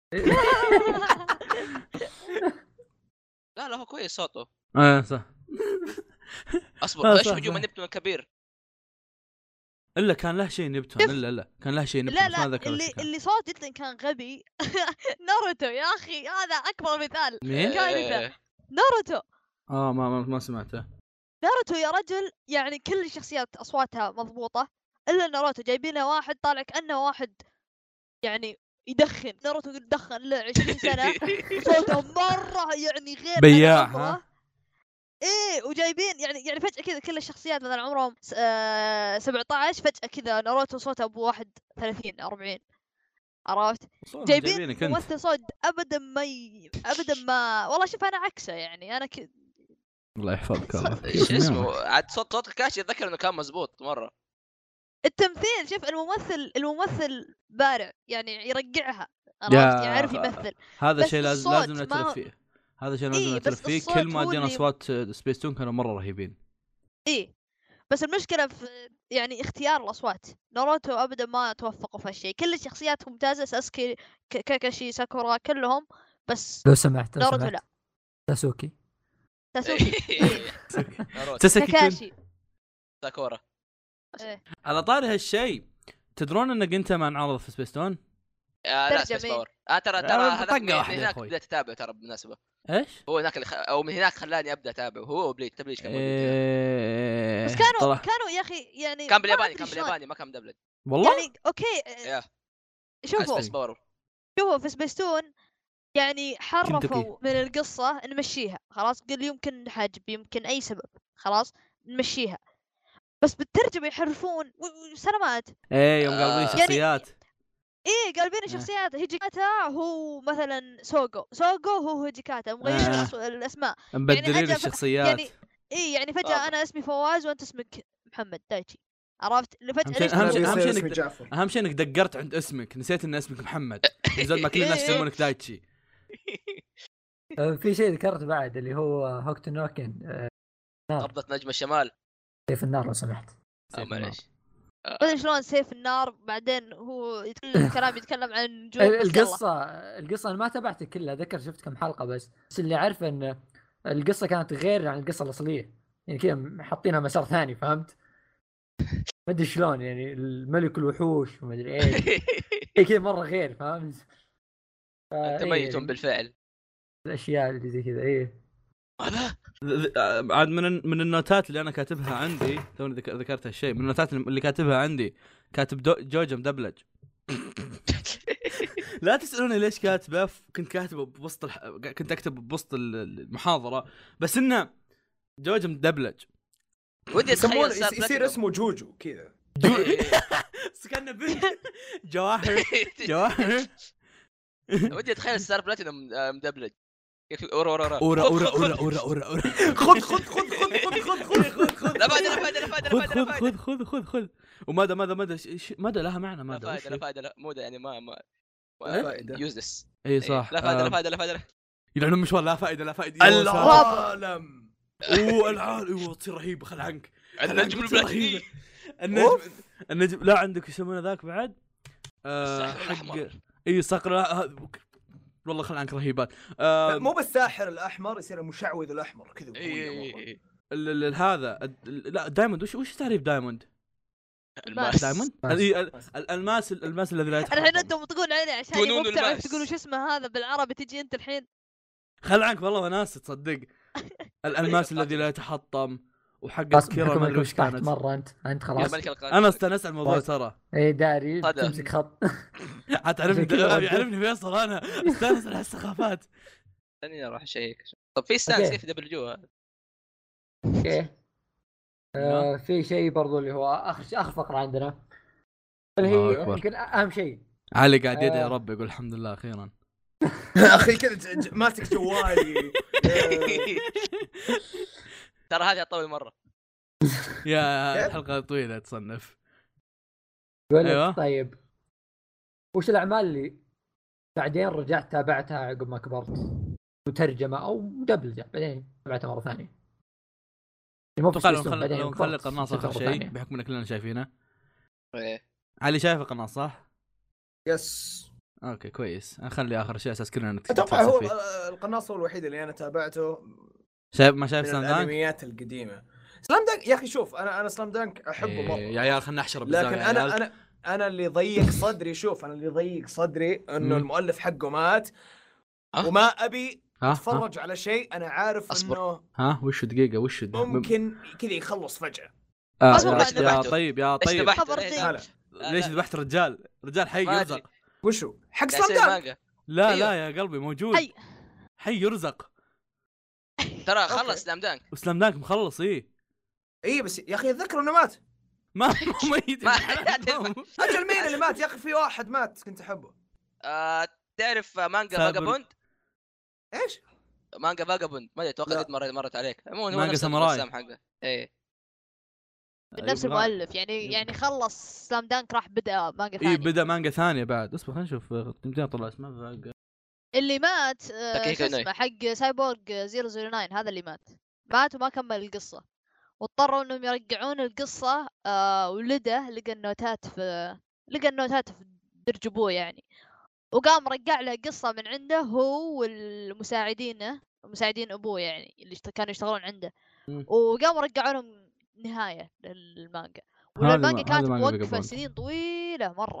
لا هو كويس صوته. صح. اصبر ليش هجوم نبتون الكبير الا كان له شيء نبتون الا كان له شيء نبتون ما ذكر اللي صوت جدا كان غبي. ناروتو يا اخي هذا اكبر مثال كارثه. ناروتو ما سمعته. ناروتو يا رجل يعني كل الشخصيات اصواتها مضبوطه الا ناروتو جايبينه واحد طالع كانه واحد يعني يدخن. ناروتو يدخن له 20 سنه صوته مره يعني غير بياع وجايبين يعني فجأة كذا كل الشخصيات مثلا عمرهم 17 فجأة كذا ناروتو صوته ابو 31 40 عرفت. جايبين ممثل صوت ابدا ما والله شوف انا عكسه يعني انا الله يحفظك الله. ايش اسمه عاد صوت كاشي اتذكر انه كان مزبوط مره. التمثيل شوف الممثل بارع يعني يرجعها عرفت يعرف يمثل. هذا شيء لازم نعترف فيه. هذا شيء لازم نعترف فيه. كل ما جينا اصوات سبيس تون كانوا مره رهيبين. بس المشكله في يعني اختيار الاصوات. ناروتو ابدا ما توفقوا في هالشيء. كل الشخصيات ممتازه ساسكي كاكاشي ساكورا كلهم بس لو سمحت ناروتو لا. ساسوكي تاكاشي ساكورا. على طاري هالشيء، تدرون انك انت ما انعرض في سبيستون؟ لا سبيس باور. ترى هذا من هناك بدأت اتابع ترى بالمناسبه. ايش هو هناك او من هناك خلاني ابدا اتابع. هو تبليش كان موجود بس كانوا يا اخي يعني كان بالياباني ما كان مدبلج والله يعني اوكي. شوفوا في سبيستون يعني حرفوا من القصة نمشيها خلاص، قل يمكن حجب يمكن أي سبب خلاص نمشيها، بس بالترجمة يحرفون سلامات. يوم قالبين شخصيات قالبين الشخصيات. هيجيكاتا هو مثلا سوغو هو هيجيكاتا، مغيرين الأسماء، مبدلين يعني الشخصيات. يعني فجأة أنا اسمي فواز وأنت اسمك محمد دايتشي، عرفت؟ أهم شيء إنك دقرت عند اسمك، نسيت إن اسمك محمد، زي ما كل الناس يسمونك دايتشي. في شيء ذكرت بعد اللي هو هوكتو نوكن قبضة نجم الشمال، سيف النار لو سمحت. معليش ما شلون سيف النار بعدين هو يتكلم عن نجوم. القصة أنا ما تابعت كلها، ذكر شفت كم حلقة بس اللي عارفه إن القصة كانت غير عن القصة الأصلية، يعني كذا حاطينها مسار ثاني، فهمت؟ ما ادري شلون يعني الملك الوحوش وما ادري ايش كذا مرة غير، فهمت؟ انت ميت بالفعل الاشياء اللي زي كذا. هذا عاد من النوتات اللي انا كاتبها عندي، توني ذكرت هالشيء، من النوتات اللي كاتبها عندي كاتب جوجو مدبلج. لا تسألوني ليش كاتبه، كنت كاتبه بوسط كنت اكتب بوسط المحاضرة، بس انه جوجو مدبلج. ودي اتخيل يصير اسمه جوجو كذا. سكننا بنت جواهر. ودي اتخيل ستار بلاتينوم مدبلج. اورا خذ وماذا لها معنى لا فائدة مودة يعني ما فائدة يوزلس. اي صح، لا فائدة يعني مشوار لا فائدة العالم العالم تصير رهيبة. خل عنك النجم البلاتيني، النجم لا عندك يسمونه ذاك بعد حق صقر والله. خل عنك رهيبات. مو بالساحر الأحمر، يصير المشعوذ الأحمر كذا. هذا لا دايموند. وش تعريف دايموند؟ دايموند الماس الذي لا يتحطم. الحين انتم تقولون عليه عشان مو بتعرف تقولوا شو اسمه هذا بالعربي، تجي انت الحين. خل عنك والله وناس تصدق. الالماس الذي لا يتحطم وحق كيرا ما ادري وش كانت مره. انت خلاص انا استانست على الموضوع ترى. داري تمسك خط. يعرفني فيصل، انا استانس على السخافات. خليني اروح اشيك. طب في ستانس كيف دبلجو هذا؟ اوكي. في شيء برضو اللي هو اخر فقره عندنا اللي هي يمكن اهم شيء. علي قاعد يدعي يا رب، يقول الحمد لله اخيرا. اخي كذا ماسك جوالي. ترى هذه طويل مره. يا الحلقه طويله تصنف. أيوة. طيب وش الاعمال اللي بعدين رجعت تابعتها عقب ما كبرت وترجمه او مدبلجه بعدين تابعتها مره ثانيه؟ نخلي القناص اخر شيء بحكم ان كلنا شايفينه. علي شايف القناص صح؟ يس. اوكي كويس، نخلي اخر شيء اساس كلنا اتوقع هو القناص هو الوحيد اللي انا تابعته. ما شايف سلام دانك؟ الانميات القديمه سلام دانك يا اخي. شوف انا سلام دانك احبه مره يا عيال خلنا نحشر بالزاويه. لكن انا اللي ضيق صدري. شوف انا اللي ضيق صدري انه المؤلف حقه مات وما ابي اتفرج على شيء انا عارف انه وش دقيقه وش ممكن كذا يخلص فجاه. يا طيب ليش ذبحت رجال حي يرزق؟ وشو حق سلام دانك؟ لا يا قلبي موجود حي يرزق ترى. خلص سلام دانك وسلام دانك مخلص. ايه بس يا اخي اتذكر انه مات. ما ميت. اجل مين اللي مات يا اخي؟ في واحد مات كنت احبه. تعرف مانجا فاغابوند؟ ايش مانجا فاغابوند؟ ما اتوقع قد مرت عليك. عموما هو نفس الرسام حقه. ايه نفس المؤلف يعني خلص سلام دانك راح بدا مانجا ثانيه. بدا مانجا ثانيه بعد. اصبر خلينا نشوف يمكن طلع اسمه اللي مات اسمه حق سايبورغ 009. هذا اللي مات وما كمل القصه، واضطروا انهم يرجعون القصه. ولده لقى النوتات في درج ابوه يعني، وقام رجع له قصة من عنده هو مساعدين أبوه يعني اللي كانوا يشتغلون عنده. وقام رجعوا لهم نهاية للمانجا. والمانجا كانت موقفة سنين طويلة مرة.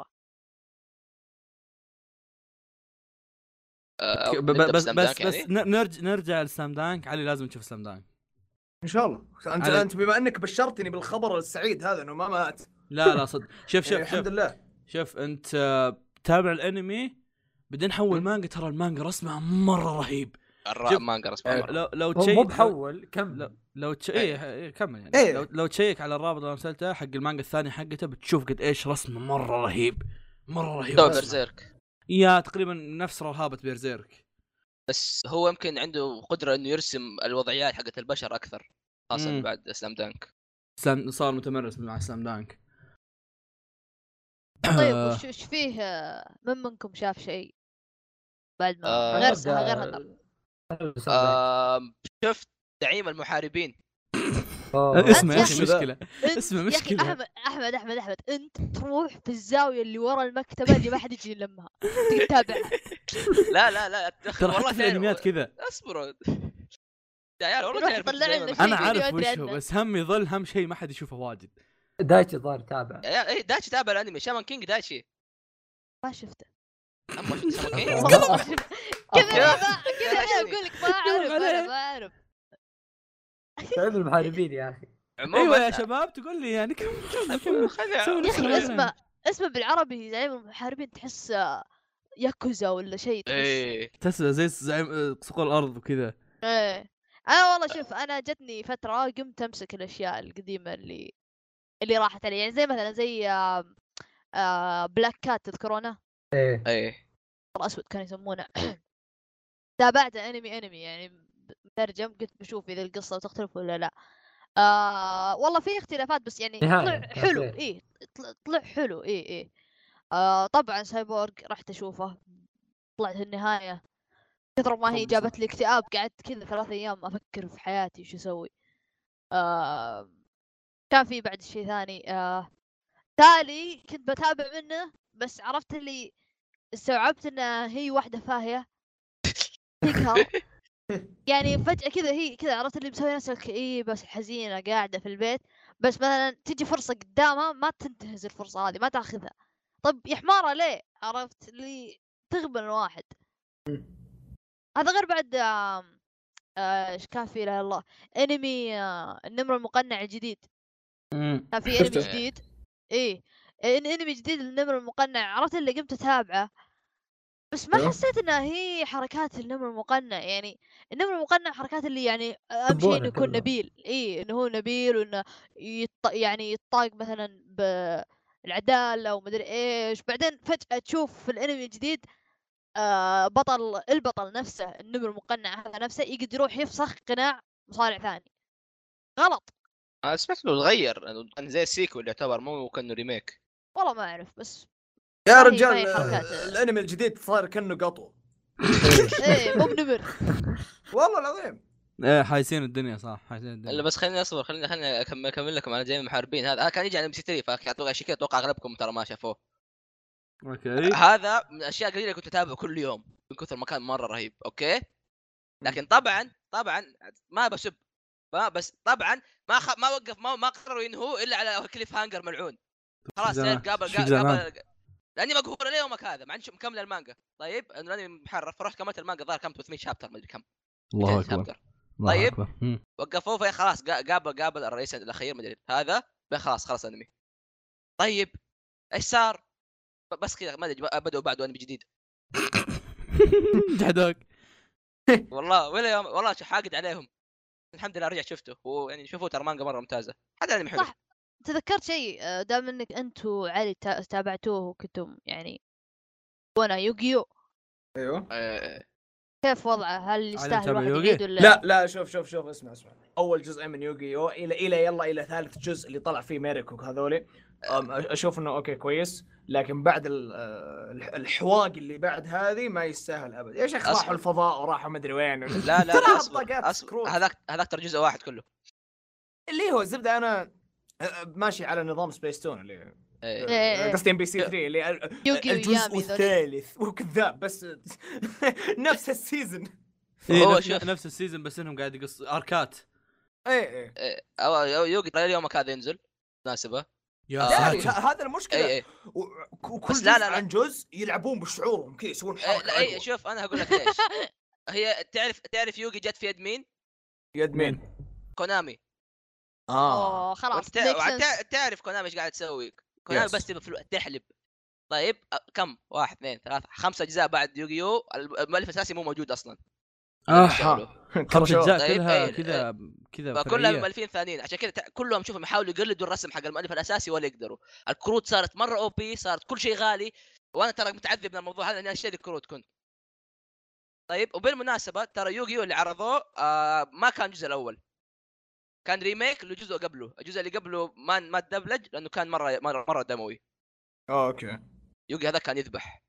بس نرجع لسلام دانك. علي لازم تشوف سلام دانك ان شاء الله. انت بما انك بشرتني بالخبر السعيد هذا انه ما مات. لا صدق. شوف الحمد لله. شوف انت تابع الانمي بعدين حول مانجا. ترى المانجا رسمها مره رهيب. مانجا رسمها مرة. لو تشيك مو بحول كمل. لو كمل يعني. لو تشيك على الرابط اللي ارسلته حق المانجا الثاني حقته بتشوف قد ايش رسمه مره رهيب. مره رهيب. بيرزيرك يا تقريبا نفس رهابه بيرزيرك. بس هو يمكن عنده قدرة انه يرسم الوضعيات حقت البشر اكثر خاصة بعد سلام دانك. صار متمرس مع سلام دانك. طيب وش فيه منكم شاف شيء بعد ما غير هذا؟ شفت زعيم المحاربين. اسمه مشكلة. اسمه مشكلة. يا أحمد أنت تروح في الزاوية اللي ورا المكتبة اللي ما حد يجي يلمها تتابعها. لا ترى حتى في الانميات كذا. اصبروا يا عيال والله انا عارف وشه بس هم يظل هم شيء ما حد يشوفه واجد. دايتشي ظاهر تابع. اي دايتشي تابع الانمي. شامان كينج دايتشي ما شفته. اما شفت شامان كينج كذا اقول لك ما اعرف. تعرف المحاربين يا اخي. ايوه يا شباب تقول لي يعني كم اسمه بالعربي زعيم المحاربين. تحس ياكوزا ولا شيء. تحس زي زعيم صقور الارض وكذا. انا والله شوف انا جتني فتره قمت امسك الاشياء القديمه اللي راحت علي يعني زي بلاك كات تذكرونه؟ ايه الاسود كانوا يسمونه. تابعت انمي يعني مترجم. قلت بشوف اذا القصه تختلف ولا لا. والله في اختلافات بس يعني طلع حلو. طلع حلو. طبعا سايبورغ رحت اشوفه. طلعت النهايه كثر ما هي جابت لي اكتئاب. قعدت كذا 3 أيام افكر في حياتي وش اسوي. كان في بعد شيء ثاني تالي كنت بتابع منه بس عرفت اللي استوعبت انها هي واحده فاهيه تقهر. يعني فجأة كذا هي كذا عرفت اللي مسوي نفسك بس حزينة قاعدة في البيت. بس مثلا تجي فرصة قدامها ما تنتهز الفرصة هذه ما تاخذها. طب يا حمارة ليه؟ عرفت اللي تغبن الواحد. هذا غير بعد ايش كان في لا الله انمي النمر المقنع الجديد. كان في انمي جديد. انمي جديد النمر المقنع. عرفت اللي قمت اتابعه بس ما حسيت انها هي حركات النمر المقنع. يعني النمر المقنع حركات اللي يعني اهم شيء انه يكون نبيل. انه هو نبيل وانه يعني يطاق مثلا بالعداله ومدري ايش. بعدين فجأة تشوف في الانمي الجديد البطل نفسه النمر المقنع هذا نفسه يقدر يروح يفسخ قناع مصارع ثاني. غلط. سمعت له تغير كان زي السيكول يعتبر مو كانه ريميك. والله ما اعرف بس يا رجال الانمي الجديد صار كأنه قطو. مو بنمر والله العظيم. حايسين الدنيا صح حايسين الدنيا. بس خليني اصبر خليني اكمل لكم على زي المحاربين. هذا كان يجي على MC3 فاتوقع شيء كذا. اتوقع اغلبكم ترى ما شافوه. اوكي هذا من الاشياء قليله كنت اتابعه كل يوم من كثر ما كان مره رهيب. اوكي لكن طبعا ما بسب بس طبعا ما وقف ما قرروا ينهوا الا على كليف هانجر ملعون. خلاص قابل لاني مقهور اليومك هذا ما عندش مكمل المانجا. طيب انا لاني محرف فرحت كملت المانجا ظهر كم 300 شابتر ما ادري كم. الله اكبر. طيب وقفوه في خلاص قابل الرئيس الاخير ما ادري هذا خلاص انمي. طيب ايش صار بس كذا ما ادري بدأوا بعد انمي جديد. جحدوك والله ولا يوم والله حاقد عليهم. الحمد لله رجعت شفته ويعني شوفوا ترى مانجا مره ممتازه. هذا انمي حلو. تذكرت شيء دام انك انتوا علي تابعتوه وكنتم يعني وانا يوغيو. ايوه كيف وضعه؟ هل يستاهل واحد يعيد ولا لا شوف اسمع اول جزء من يوغيو الى ثالث جزء اللي طلع فيه ميريكو هذولي اشوف انه اوكي كويس. لكن بعد الحواق اللي بعد هذه ما يستاهل ابدا. يا شيخ راحوا الفضاء وراحوا مدري وين لا هذاك ترى جزء واحد كله اللي هو الزبده. انا ماشي على نظام سبيس تون اللي قصدي MBC 3 اللي الجزء الثالث وكذاب بس نفس السيزون. هو نفس السيزون بس انهم قاعد يقص اركات. ايه يوغي ترى اليوم هذا ينزل مناسبة يا هذا المشكلة. وكل جزء عن جزء يلعبون بشعورهم كذا يسوون حركة. شوف انا هقول لك ليش. هي تعرف يوغي جت في يد مين؟ يد مين؟ كونامي. خلاص تعرف كونامي ايش قاعد تسوي؟ كونامي بس تبي تحلب. طيب كم 1 2 3 5 اجزاء بعد يوغيو المؤلف الاساسي مو موجود اصلا. 5 اجزاء كلها كذا كلها مؤلفين ثانيين عشان كذا كلهم شوفوا يحاولوا يقلدوا الرسم حق المؤلف الاساسي ولا يقدروا. الكروت صارت مره او بي، صارت كل شيء غالي، وانا ترى متعذب من الموضوع هذا اني اشتري الكروت كنت. طيب وبالمناسبه ترى يوغيو اللي عرضوه ما كان الجزء الاول، كان ريميك لجزء قبله. الجزء اللي قبله ما تدبلج لانه كان مره دموي. اوكي. يوغي هذا كان يذبح.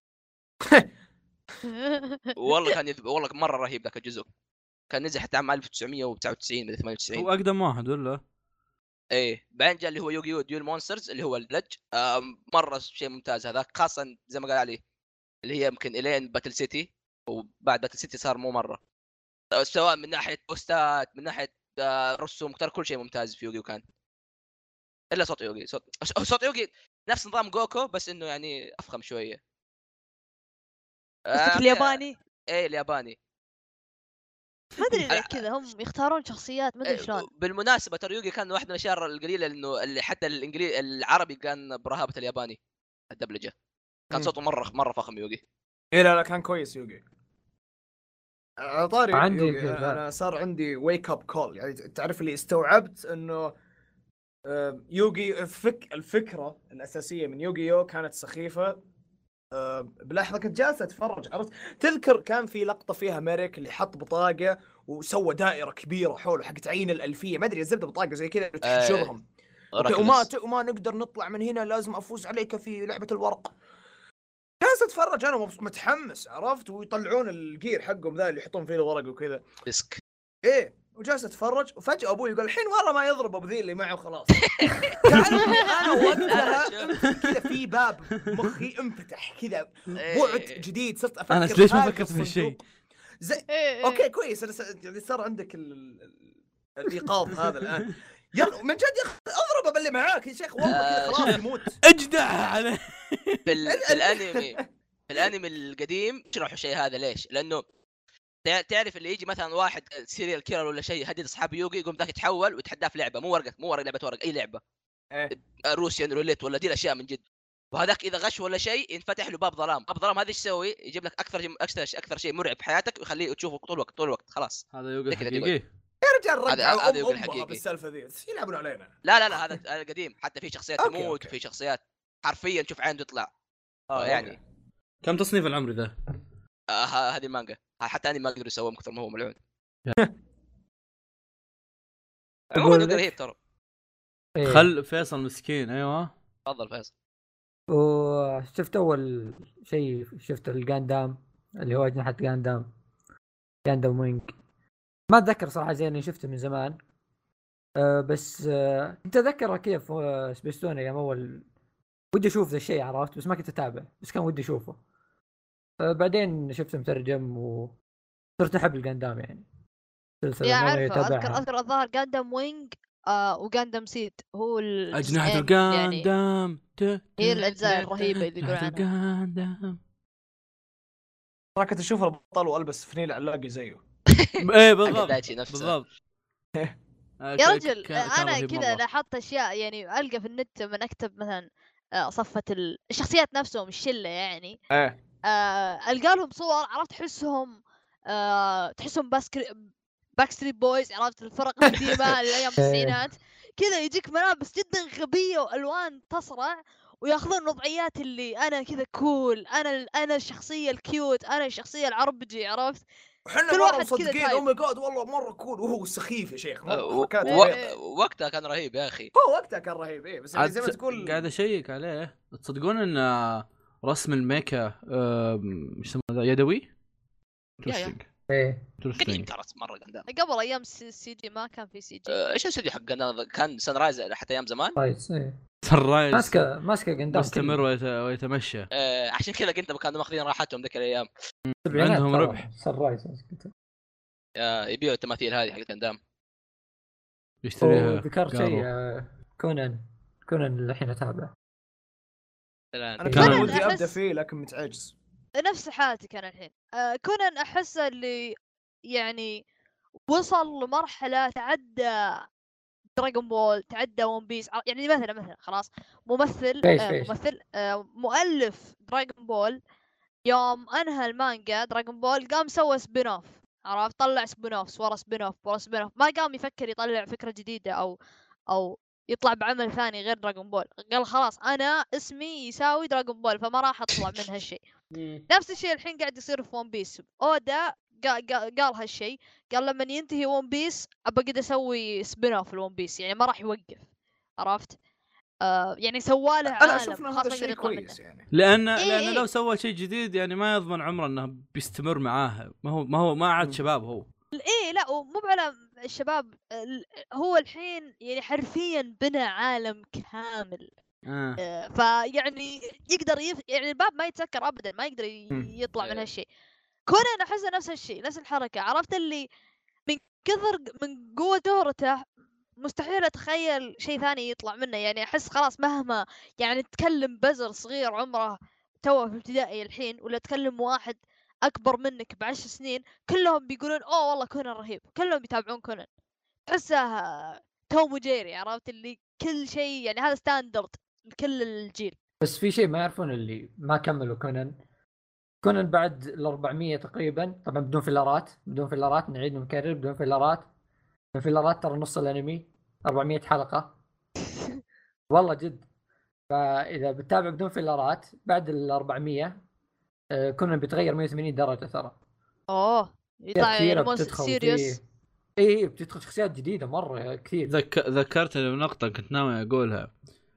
والله كان يذبح، والله مره رهيب ذاك الجزء. كان نزل حتى عام 1999 من 98. هو اقدم واحد ولا ايه؟ بعدين جاء اللي هو يوغيو ديول مونسترز اللي هو اللج. مره شيء ممتاز هذا، خاصه زي ما قال علي اللي هي يمكن الين باتل سيتي، وبعد باتل سيتي صار مو مره، سواء من ناحيه بوستات من ناحيه رسوم ترى كل شيء ممتاز في يوغي. وكان الا صوت يوغي، صوت يوغي نفس نظام جوكو بس انه يعني افخم شويه. الياباني. ايه الياباني. ما ادري ليه كذا هم يختارون شخصيات ما ادري شلون. بالمناسبه ترى يوغي كان واحد من الاشياء القليله انه اللي حتى الانجليزي العربي كان برهابه الياباني الدبلجه. كان صوته مره فخم يوغي. ايه لا كان كويس يوغي. طاري عندي انا صار عندي ويك اب كول، يعني تعرف اللي استوعبت انه يوغي الفكره الاساسيه من يوغيو كانت سخيفه. بلحظه كنت جالس اتفرج، عرفت تذكر كان في لقطه فيها ميريك اللي حط بطاقه وسوى دائره كبيره حوله حق تعيين الالفيه، ما ادري الزبده بطاقه زي كذا تحشرهم. وما نقدر نطلع من هنا، لازم افوز عليك في لعبه الورق. جالس اتفرج انا متحمس، عرفت، ويطلعون الجير حقهم ذا اللي يحطون فيه الورق وكذا ديسك. ايه وجالس اتفرج وفجاه ابوي يقول الحين والله ما يضرب ابو ذي اللي معه خلاص. انا وقتها كذا في باب مخي انفتح كذا، بعد جديد صرت افكر. انا ليش ما فكرت في هالشيء زي اوكي كويس. انا صار عندك الايقاظ هذا الان. يا من جد يا اخي اضربه باللي معاك يا شيخ، والله كذا خلاص يموت. اجدع عليه. في الانمي القديم شرحوا شيء هذا ليش؟ لانه تعرف اللي يجي مثلا واحد سيريال كيلر ولا شيء هديد اصحاب يوغي يقوم ذاك يتحول ويتحداه في لعبه، مو لعبه ورق، اي لعبه روسيان روليت ولا دي الاشياء من جد. وهذاك اذا غش ولا شيء ينفتح له باب ظلام هذا ايش يسوي؟ يجيب لك اكثر شيء مرعب في حياتك ويخليه تشوفه طول الوقت خلاص. هذا يوغي حقيقي يا رجال، رجعوا هذا يوغي الحقيقي بالسالفه ذي يلعبون علينا. لا هذا قديم، حتى في شخصيات تموت وفي شخصيات حرفيا تشوف عين تطلع. يعني كم تصنيف العمر ذا؟ هذه المانجا حتى اني ما اقدر اسويه اكثر ما هو ملعون. عموما رهيب ترى. خل فيصل مسكين. ايوه تفضل فيصل. وشفت اول شيء شفت الجاندام اللي هو اجنحه جاندام وينج. ما اتذكر صراحه زي اني شفته من زمان. بس كنت اتذكر كيف سبيستون ايام اول ودي اشوف ذا الشيء، عرفت، بس ما كنت اتابع، بس كان ودي اشوفه. بعدين شفته مترجم وصرت احب الجاندام يعني. يا عارفه اذكر الظاهر جاندام وينج وجاندام سيد هو اجنحه الجاندام يعني هي الاجزاء الرهيبه اللي يقولون عنها. كنت اشوف البطل والبس فنيل علاقي زيه. ايه بالضبط. يا رجل انا كذا لاحظت اشياء، يعني القى في النت من اكتب مثلا صفه الشخصيات نفسهم الشله يعني القى لهم صور، عرفت تحسهم باك ستريت بويز، عرفت الفرق القديمه الايام التسعينات كذا، يجيك ملابس جدا غبيه والوان تصرع وياخذون الوضعيات اللي انا كذا كول، انا الشخصيه الكيوت، انا الشخصيه العربجي، عرفت. احنا مره مصدقين او ماي جاد والله مره كول وهو سخيف يا شيخ. وقتها كان رهيب يا اخي. هو وقتها كان رهيب ايه، بس زي ما تقول قاعد اشيك عليه. تصدقون ان رسم الميكا مش يسمونه يدوي؟ قديم ترى مره قبل ايام سي جي ما كان في سي جي. ايش السي جي حقنا كان سان رايز حتى ايام زمان. سرايز ماسكه قندام مستمر ويتمشى. عشان كذا قندام كانوا ماخذين راحتهم ذيك الايام. عندهم ربح. سرايز يبيعوا التماثيل هذه حق قندام يشتريها. ذكرت شيء كونان اللي الحين اتابعه. انا كان ودي ابدا فيه لكن متعجز. نفس حالتك انا الحين. كونان احسه اللي يعني وصل لمرحله تعدى دراغون بول، تعدى ون بيس. يعني مثلا خلاص ممثل مؤلف دراغون بول يوم انهى المانجا دراغون بول قام سوى سبين اوف، عرفت؟ طلع سبين اوف ورا سبين اوف ورا سبين اوف، ما قام يفكر يطلع فكره جديده او يطلع بعمل ثاني غير دراغون بول. قال خلاص انا اسمي يساوي دراغون بول فما راح اطلع من هالشيء. نفس الشيء الحين قاعد يصير في ون بيس. اودا قال هالشيء، قال لما ينتهي ون بيس ابى قد اسوي سبين اوف الون بيس، يعني ما راح يوقف، عرفت؟ يعني سواله عالم خاصه شيء كويس يعني. لان لو سوى شيء جديد يعني ما يضمن عمره انه بيستمر معاه. ما عاد شباب هو. لا مو على الشباب. هو الحين يعني حرفيا بنى عالم كامل. فيعني يقدر يعني الباب ما يتسكر ابدا، ما يقدر يطلع من هالشيء. كونان احس نفس الشيء، نفس الحركه، عرفت؟ اللي من كثر من قوه دورته مستحيل اتخيل شيء ثاني يطلع منه. يعني احس خلاص مهما يعني تكلم بزر صغير عمره توه في ابتدائي الحين، ولا تكلم واحد اكبر منك ب10 سنين، كلهم بيقولون اوه والله كونان رهيب، كلهم يتابعون كونان. تحسه توم وجيري، عرفت؟ اللي كل شيء يعني هذا ستاندرد لكل الجيل. بس في شيء ما يعرفون اللي ما كملوا كونان بعد 400 تقريبا، طبعا بدون فيلرات نعيد ونكرر، بدون فيلرات ترى نص الانمي 400 حلقة والله جد. فاذا بتتابع بدون فيلرات بعد 400 كونان بيتغير 180 درجة ترى. يطلع سيريوس. بتدخل شخصيات جديدة مرة كثير. ذكرتني بنقطة كنت ناوي اقولها.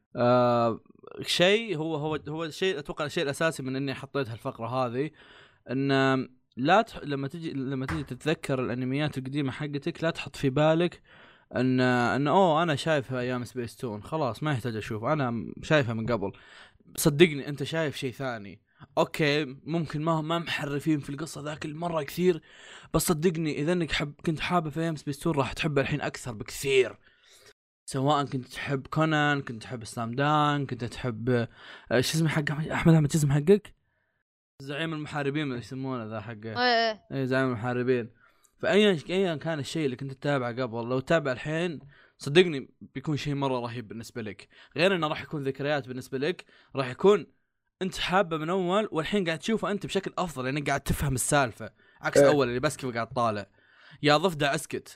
شيء هو الشيء، اتوقع الشيء الاساسي من اني حطيت هالفقره هذه، ان لما تجي تتذكر الانميات القديمه حقتك لا تحط في بالك ان انا شايفها ايام سبيس تون، خلاص ما يحتاج اشوف، انا شايفها من قبل. صدقني انت شايف شيء ثاني، اوكي ممكن ما محرفين في القصه ذاك المره كثير، بس صدقني اذا انك كنت حابه في ايام سبيس تون راح تحبها الحين اكثر بكثير. سواء كنت تحب كونان، كنت تحب سلام دان، كنت تحب شو اسمه حق احمد شو اسمه حقك؟ زعيم المحاربين اللي يسمونه ذا حقه. اي زعيم المحاربين. فايا كان الشيء اللي كنت تتابعه قبل لو تتابع الحين صدقني بيكون شيء مره رهيب بالنسبه لك، غير انه راح يكون ذكريات بالنسبه لك، راح يكون انت حابه من اول والحين قاعد تشوفه انت بشكل افضل لانك قاعد تفهم السالفه عكس اول اللي بس كيف قاعد طالع. يا ضفدع اسكت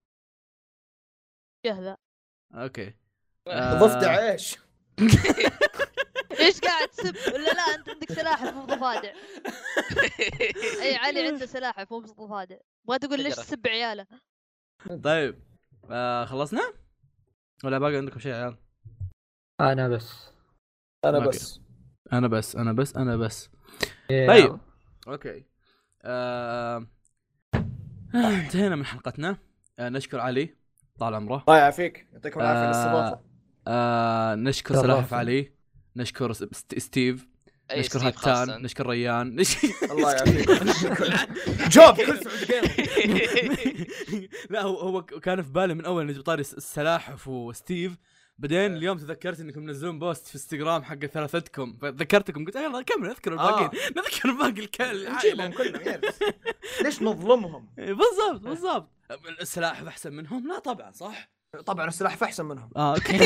جهله. اوكي ضفدع ايش؟ ايش قاعد تسب؟ ولا لا انت عندك سلاحف مو ضفادع؟ اي علي عنده سلاحف مو ضفادع. ما تقول ليش تسب عياله؟ طيب خلصنا ولا باقي عندكم شيء يا عيال؟ انا بس طيب اوكي. انتهينا من حلقتنا. نشكر علي طال عمره. الله يعافيك يعطيكم العافيه الاستضافه. نشكر سلاحف علي، نشكر ستيف، نشكر هتان، نشكر ريان. الله يعافيك. جوب كل لا هو كان في بالي من اول اني بطاري السلاحف وستيف، بعدين اليوم تذكرت انكم منزلون بوست في انستغرام حق ثلاثتكم فذكرتكم قلت يلا كمل اذكر الباقيين. نذكر باقي العائله كلنا ليش نظلمهم؟ بالضبط. السلاحف احسن منهم؟ لا طبعا صح، طبعا السلاحف احسن منهم. اوكي.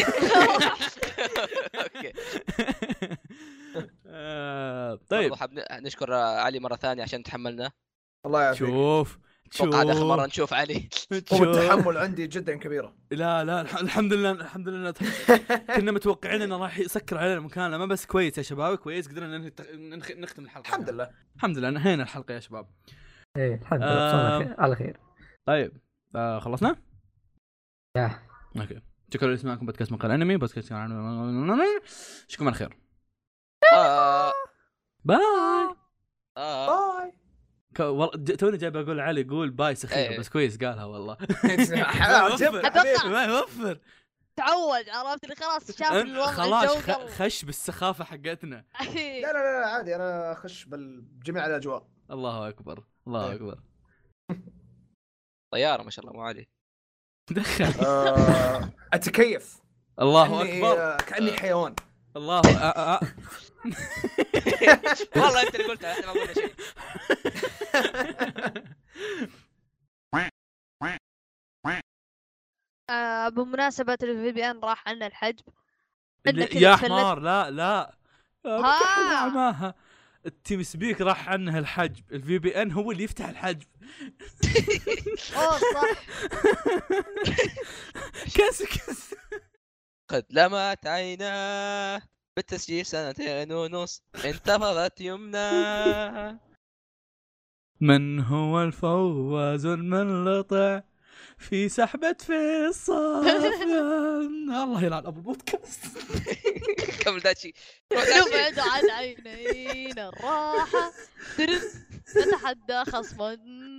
طيب نشكر علي مره ثانيه عشان تحملنا. الله يعافيك. شوف هذا اخر مره نشوف علي. والتحمل عندي جدا كبيره. لا الحمد لله كنا متوقعين انه راح يسكر علينا مكاننا، ما بس كويس يا شباب كويس قدرنا نختم الحلقه. الحمد لله انهينا الحلقه يا شباب. ايه الحمد لله على خير. طيب خلصنا؟ اوكي شكرا لسماعكم بودكاست مقال انمي بودكاست اشوفكم على خير. باي. توني جايب اقول علي قول باي سخيفه بس كويس قالها والله. اتوقع ما يوفر تعود، عرفت اللي خلاص شاف الوضع خلاص الجو خش بالسخافه حقتنا. لا لا لا عادي، انا اخش بجميع الاجواء. الله اكبر الله اكبر. طياره ما شاء الله مو عادي. دخل اتكيف. الله اكبر كاني حيوان. الله والله انت اللي قلتها، احنا ما قلنا شيء. بمناسبة الفي بي ان راح عنا الحجب يا حمار. لا معاها التيم سبيك راح عنه الحجب، الفي بي ان هو اللي يفتح الحجب. اوه صح. كاس قد لمعت عيناه بالتسجيل 2.5 سنين انتفضت يمناه. من هو الفوز المنلطع في سحبة في الصافيان. الله يلعن ابو البودكاست. كمل ذا شيء. نبعد عن عينينا الراحة نتحدى خصما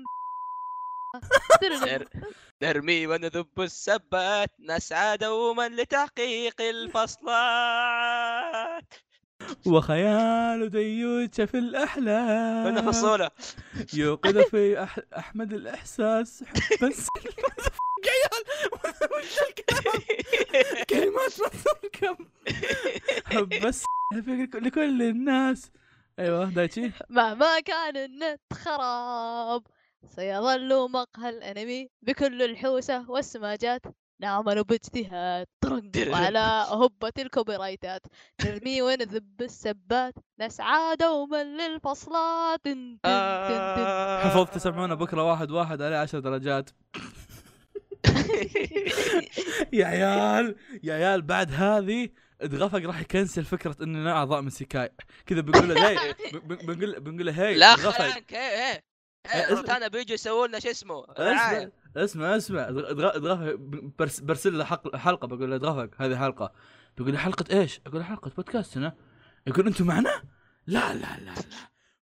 نرمي ونذب السبات نسعى دوما لتحقيق الفصلات. وخيال ديوتش في الأحلام من فصولة يوقظ في أحمد الإحساس حبا عيال وش الكلام كلمات مذكرة حبا لكل الناس. أيوة دايتشي. مهما كان النت خراب سيظل مقهى الأنمي بكل الحوسة والسماجات. نعمل باجتهاد وعلى هبة الكوبيرايتات نرمي ونذب السبات نسعى دوما للفصلات. حفظت تسمعون بكرة 1-1 عليه 10 درجات. يا عيال بعد هذه ادغفق راح يكنسل فكرة اننا اعضاء من سيكاي كذا. بنقول له بنقول له هي لا خلانك روتانا بيجوا يسوون لنا شو اسمه. اسمع ادغفق برسل له حلقة. بقول له ادغفق هذه حلقة. بيقول لي حلقة ايش؟ اقول له حلقة بودكاستنا. يقول انتم معنا؟ لا